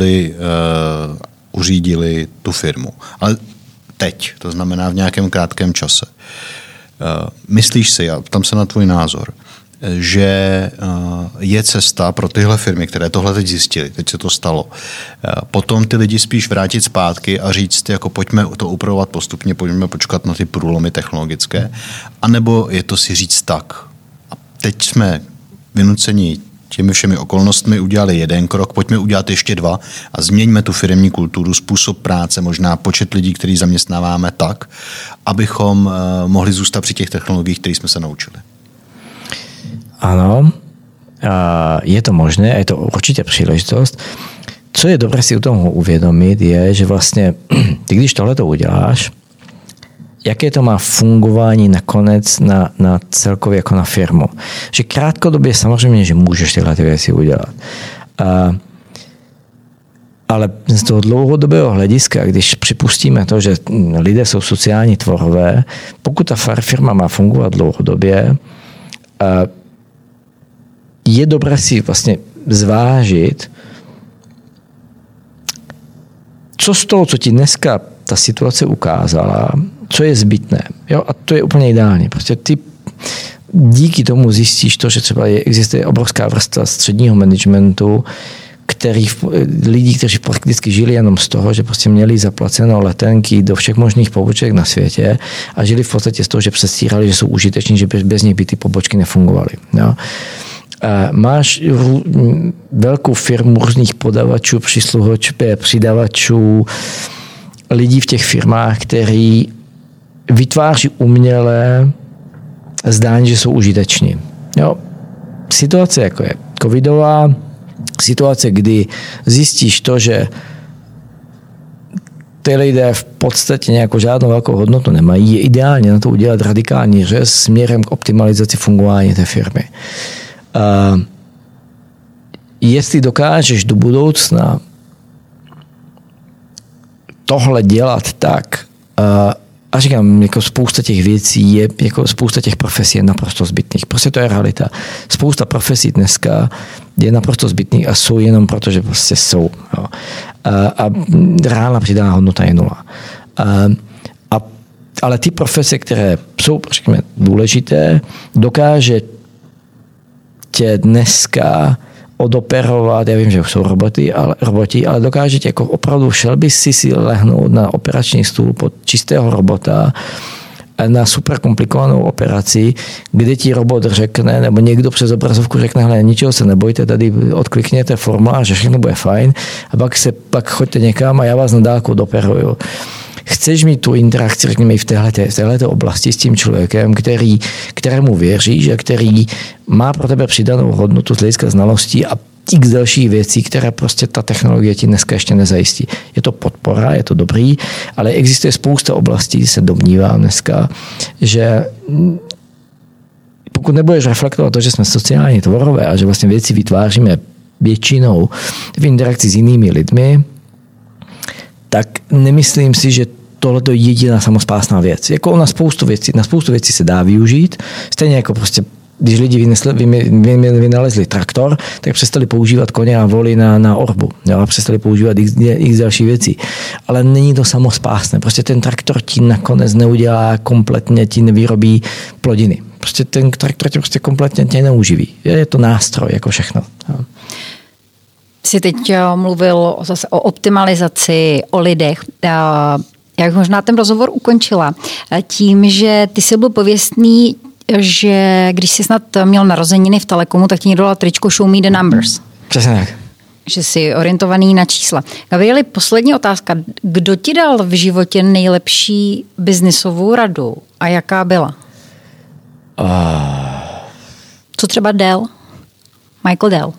uřídili tu firmu. Ale teď, to znamená v nějakém krátkém čase. Myslíš si, a ptám se na tvůj názor, že je cesta pro tyhle firmy, které tohle teď zjistili, teď se to stalo, potom ty lidi spíš vrátit zpátky a říct, jako pojďme to upravovat postupně, pojďme počkat na ty průlomy technologické, anebo je to si říct tak. A teď jsme vynuceni těmi všemi okolnostmi udělali jeden krok, pojďme udělat ještě 2 a změňme tu firemní kulturu, způsob práce, možná počet lidí, který zaměstnáváme tak, abychom mohli zůstat při těch technologiích, které jsme se naučili. Ano, je to možné a je to určitě příležitost. Co je dobré si u toho uvědomit, je, že vlastně, ty když tohleto uděláš, jaké to má fungování nakonec na celkově jako na firmu. Že krátkodobě samozřejmě, že můžeš tyhle věci udělat. Ale z toho dlouhodobého hlediska, když připustíme to, že lidé jsou sociální tvorové, pokud ta firma má fungovat dlouhodobě, je dobré si vlastně zvážit, co z toho, co ti dneska ta situace ukázala, co je zbytné. Jo? A to je úplně ideální. Prostě ty díky tomu zjistíš to, že třeba existuje obrovská vrstva středního managementu, lidí, kteří prakticky žili jenom z toho, že prostě měli zaplacenou letenky do všech možných poboček na světě a žili v podstatě z toho, že předstírali, že jsou užiteční, že bez nich by ty pobočky nefungovaly. Jo? Máš velkou firmu různých podavačů, přidavačů, lidí v těch firmách, který vytváří umělé zdání, že jsou užiteční. Jo. Situace jako je covidová, situace, kdy zjistíš to, že ty lidé v podstatě nějakou žádnou velkou hodnotu nemají, je ideálně na to udělat radikální řez směrem k optimalizaci fungování té firmy. Jestli dokážeš do budoucna tohle dělat tak, a říkám, jako spousta těch věcí je, jako spousta těch profesí je naprosto zbytných. Prostě to je realita. Spousta profesí dneska je naprosto zbytných a jsou jenom proto, že prostě jsou. Jo. A reálná přidaná hodnota je 0. Ale ty profese, které jsou, řekněme, důležité, dokáže tě dneska odoperovat, já vím, že už jsou roboti, ale dokáže tě jako opravdu šel by si lehnout na operační stůl pod čistého robota na super komplikovanou operaci, kde ti robot řekne, nebo někdo přes obrazovku řekne, hele, ničeho se nebojte, tady odklikněte formulář, že všechno bude fajn a pak choďte někam a já vás na dálku doperuju. Chceš mít tu interakci, řekněme, i v téhleté oblasti s tím člověkem, kterému věříš a který má pro tebe přidanou hodnotu z hlediska znalostí a x dalších věcí, které prostě ta technologie ti dneska ještě nezajistí. Je to podpora, je to dobrý, ale existuje spousta oblastí, se domnívám dneska, že pokud nebudeš reflektovat to, že jsme sociální tvorové a že vlastně věci vytváříme většinou v interakci s jinými lidmi, tak nemyslím si, že tohle je jediná samospásná věc. Jako na spoustu věcí se dá využít, stejně jako prostě když lidi vynalezli traktor, tak přestali používat koně a voly na orbu. Jo? Přestali používat x další věcí. Ale není to samospásné. Prostě ten traktor ti nakonec neudělá kompletně, ti nevyrobí plodiny. Prostě ten traktor ti prostě kompletně tě neuživí. Je to nástroj, jako všechno. Jo? Jsi teď mluvil zase o optimalizaci, o lidech. Já bych možná ten rozhovor ukončila tím, že ty jsi byl pověstný, že když jsi snad měl narozeniny v Telekomu, tak ti někdo dal tričko Show me the numbers. Přesně tak. Že jsi orientovaný na čísla. Gabrieli, poslední otázka. Kdo ti dal v životě nejlepší biznisovou radu a jaká byla? Co třeba Dell? Michael Dell.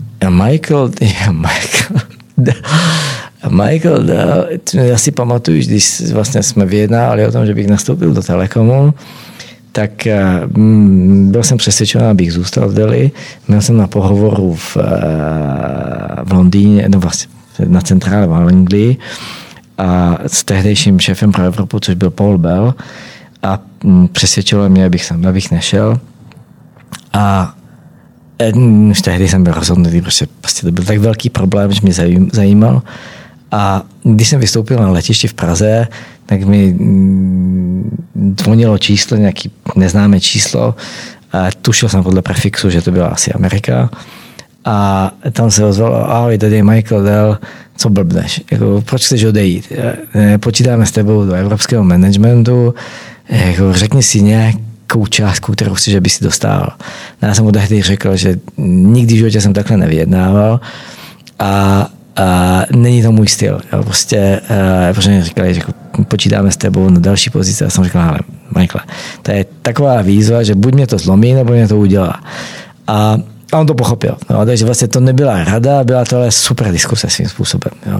Michael, já si pamatuju, když vlastně jsme vyjednávali o tom, že bych nastoupil do Telekomu, tak byl jsem přesvědčen, abych zůstal v Delhi. Měl jsem na pohovoru v Londýně, no vlastně na centrále v Anglii a s tehdejším šéfem pro Evropu, což byl Paul Bell, a přesvědčilo mě, abych nešel. A už tehdy jsem byl rozhodnutý, protože prostě to byl tak velký problém, že mě zajímal. A když jsem vystoupil na letišti v Praze, tak mi zvonilo číslo, nějaký neznámé číslo. A tušil jsem podle prefixu, že to byla asi Amerika. A tam se ozvalo, ahoj, tady je Michael Dell, co blbneš? Jako, proč chceš odejít? Počítáme s tebou do evropského managementu, jako, řekni si nějakou částku, kterou chceš, aby si dostal. Já jsem mu tehdy řekl, že nikdy v životě jsem takhle nevyjednával a není to můj styl. Prostě, protože mě říkali, že počítáme s tebou na další pozici. Já jsem říkal, ale Michael, to je taková výzva, že buď mě to zlomí, nebo mě to udělá. A on to pochopil. No, takže vlastně to nebyla rada, byla to ale super diskuse svým způsobem. Jo.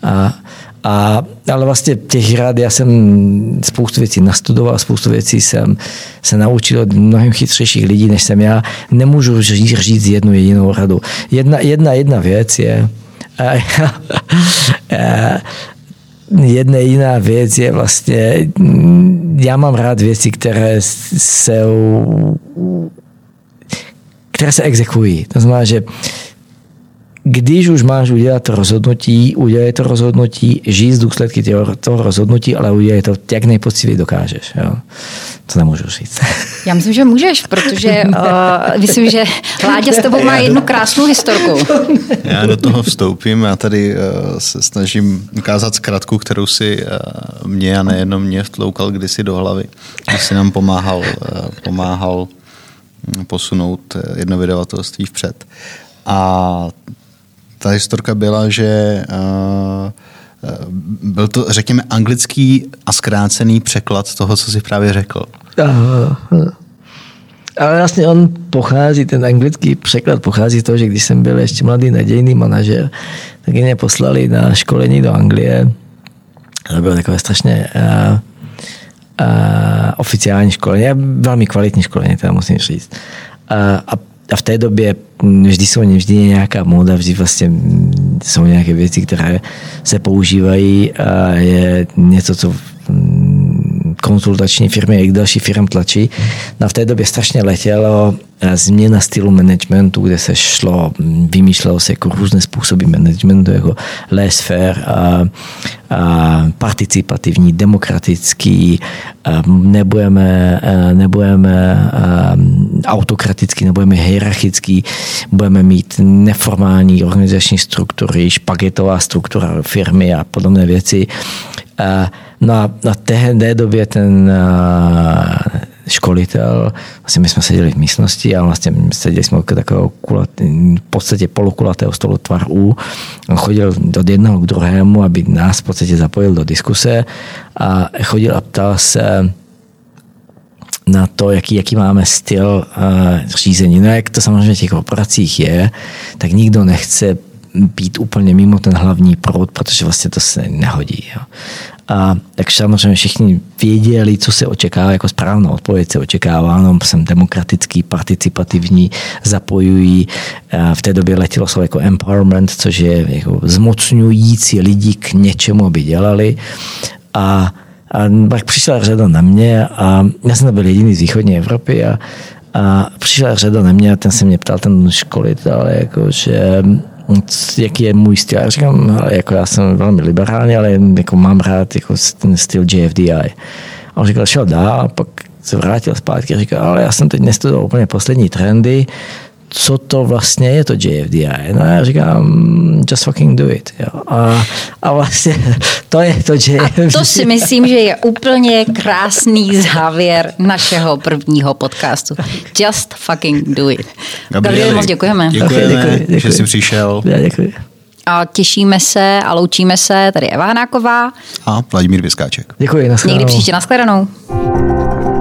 Ale vlastně těch rad, já jsem spoustu věcí nastudoval, spoustu věcí jsem se naučil od mnohem chytřejších lidí, než jsem já. Nemůžu říct jednu jedinou radu. Jedna věc je, jedna jediná věc je vlastně, já mám rád věci, které se exekují. To znamená, že když už máš udělat to rozhodnutí, udělej to rozhodnutí, žij z důsledky toho rozhodnutí, ale udělej to, jak nejpoctivěji dokážeš. Jo? To nemůžu říct. Já myslím, že můžeš, protože myslím, že Láďa s tebou má jednu krásnou historku. Já do toho vstoupím. Já tady se snažím ukázat zkratku, kterou si mě a nejenom mě vtloukal kdysi do hlavy, když si nám pomáhal posunout jedno vydavatelství vpřed. A ta historka byla, že byl to, řekněme, anglický a zkrácený překlad toho, co jsi právě řekl. Ale vlastně on pochází, ten anglický překlad pochází z toho, že když jsem byl ještě mladý nadějný manažer, tak mě poslali na školení do Anglie. To bylo takové strašně oficiální školení, velmi kvalitní školení, teda musím říct. A v té době vždy je nějaká móda, vždy vlastně jsou nějaké věci, které se používají a je něco, co konzultační firmy a i další firm tlačí. No v té době strašně letělo změna stylu managementu, kde se vymýšlelo se jako různé způsoby managementu, jako laissez-faire, participativní, demokratický, nebudeme autokratický, nebudeme hierarchický, budeme mít neformální organizační struktury, špagetová struktura firmy a podobné věci. Na té době ten školitel, vlastně my jsme seděli v místnosti a vlastně seděli jsme takového v podstatě polokulatého stolu tvar U. On chodil od jednoho k druhému, aby nás v podstatě zapojil do diskuse a chodil a ptal se na to, jaký máme styl řízení. No jak to samozřejmě v těch korporacích je, tak nikdo nechce být úplně mimo ten hlavní proud, protože vlastně to se nehodí. Jo. A tak samozřejmě všichni věděli, co se očekává, jako správnou odpověď se očekává, no, jsem demokratický, participativní, zapojují. V té době letělo slovo jako empowerment, což je jako zmocňující lidi k něčemu, aby dělali. A pak přišla řada na mě a já jsem byl jediný z východní Evropy a přišla řada na mě a ten se mě ptal, ten školitel, jako, že jaký je můj styl. Já říkám, jako já jsem velmi liberální, ale jako mám rád jako ten styl JFDI. A on říkal, šel dál a pak se vrátil zpátky a říkal, ale já jsem teď nestudoval úplně poslední trendy, co to vlastně je to JFDI. No a já říkám, just fucking do it. Jo. A vlastně to je to JFDI. A to si myslím, že je úplně krásný závěr našeho prvního podcastu. Just fucking do it. Gabrieli, moc děkujeme. Děkujeme, že jsi přišel. Já děkuji. A těšíme se a loučíme se. Tady Eva Hanáková. A Vladimír Vyskáček. Děkuji, nashledanou. Někdy příště, nashledanou.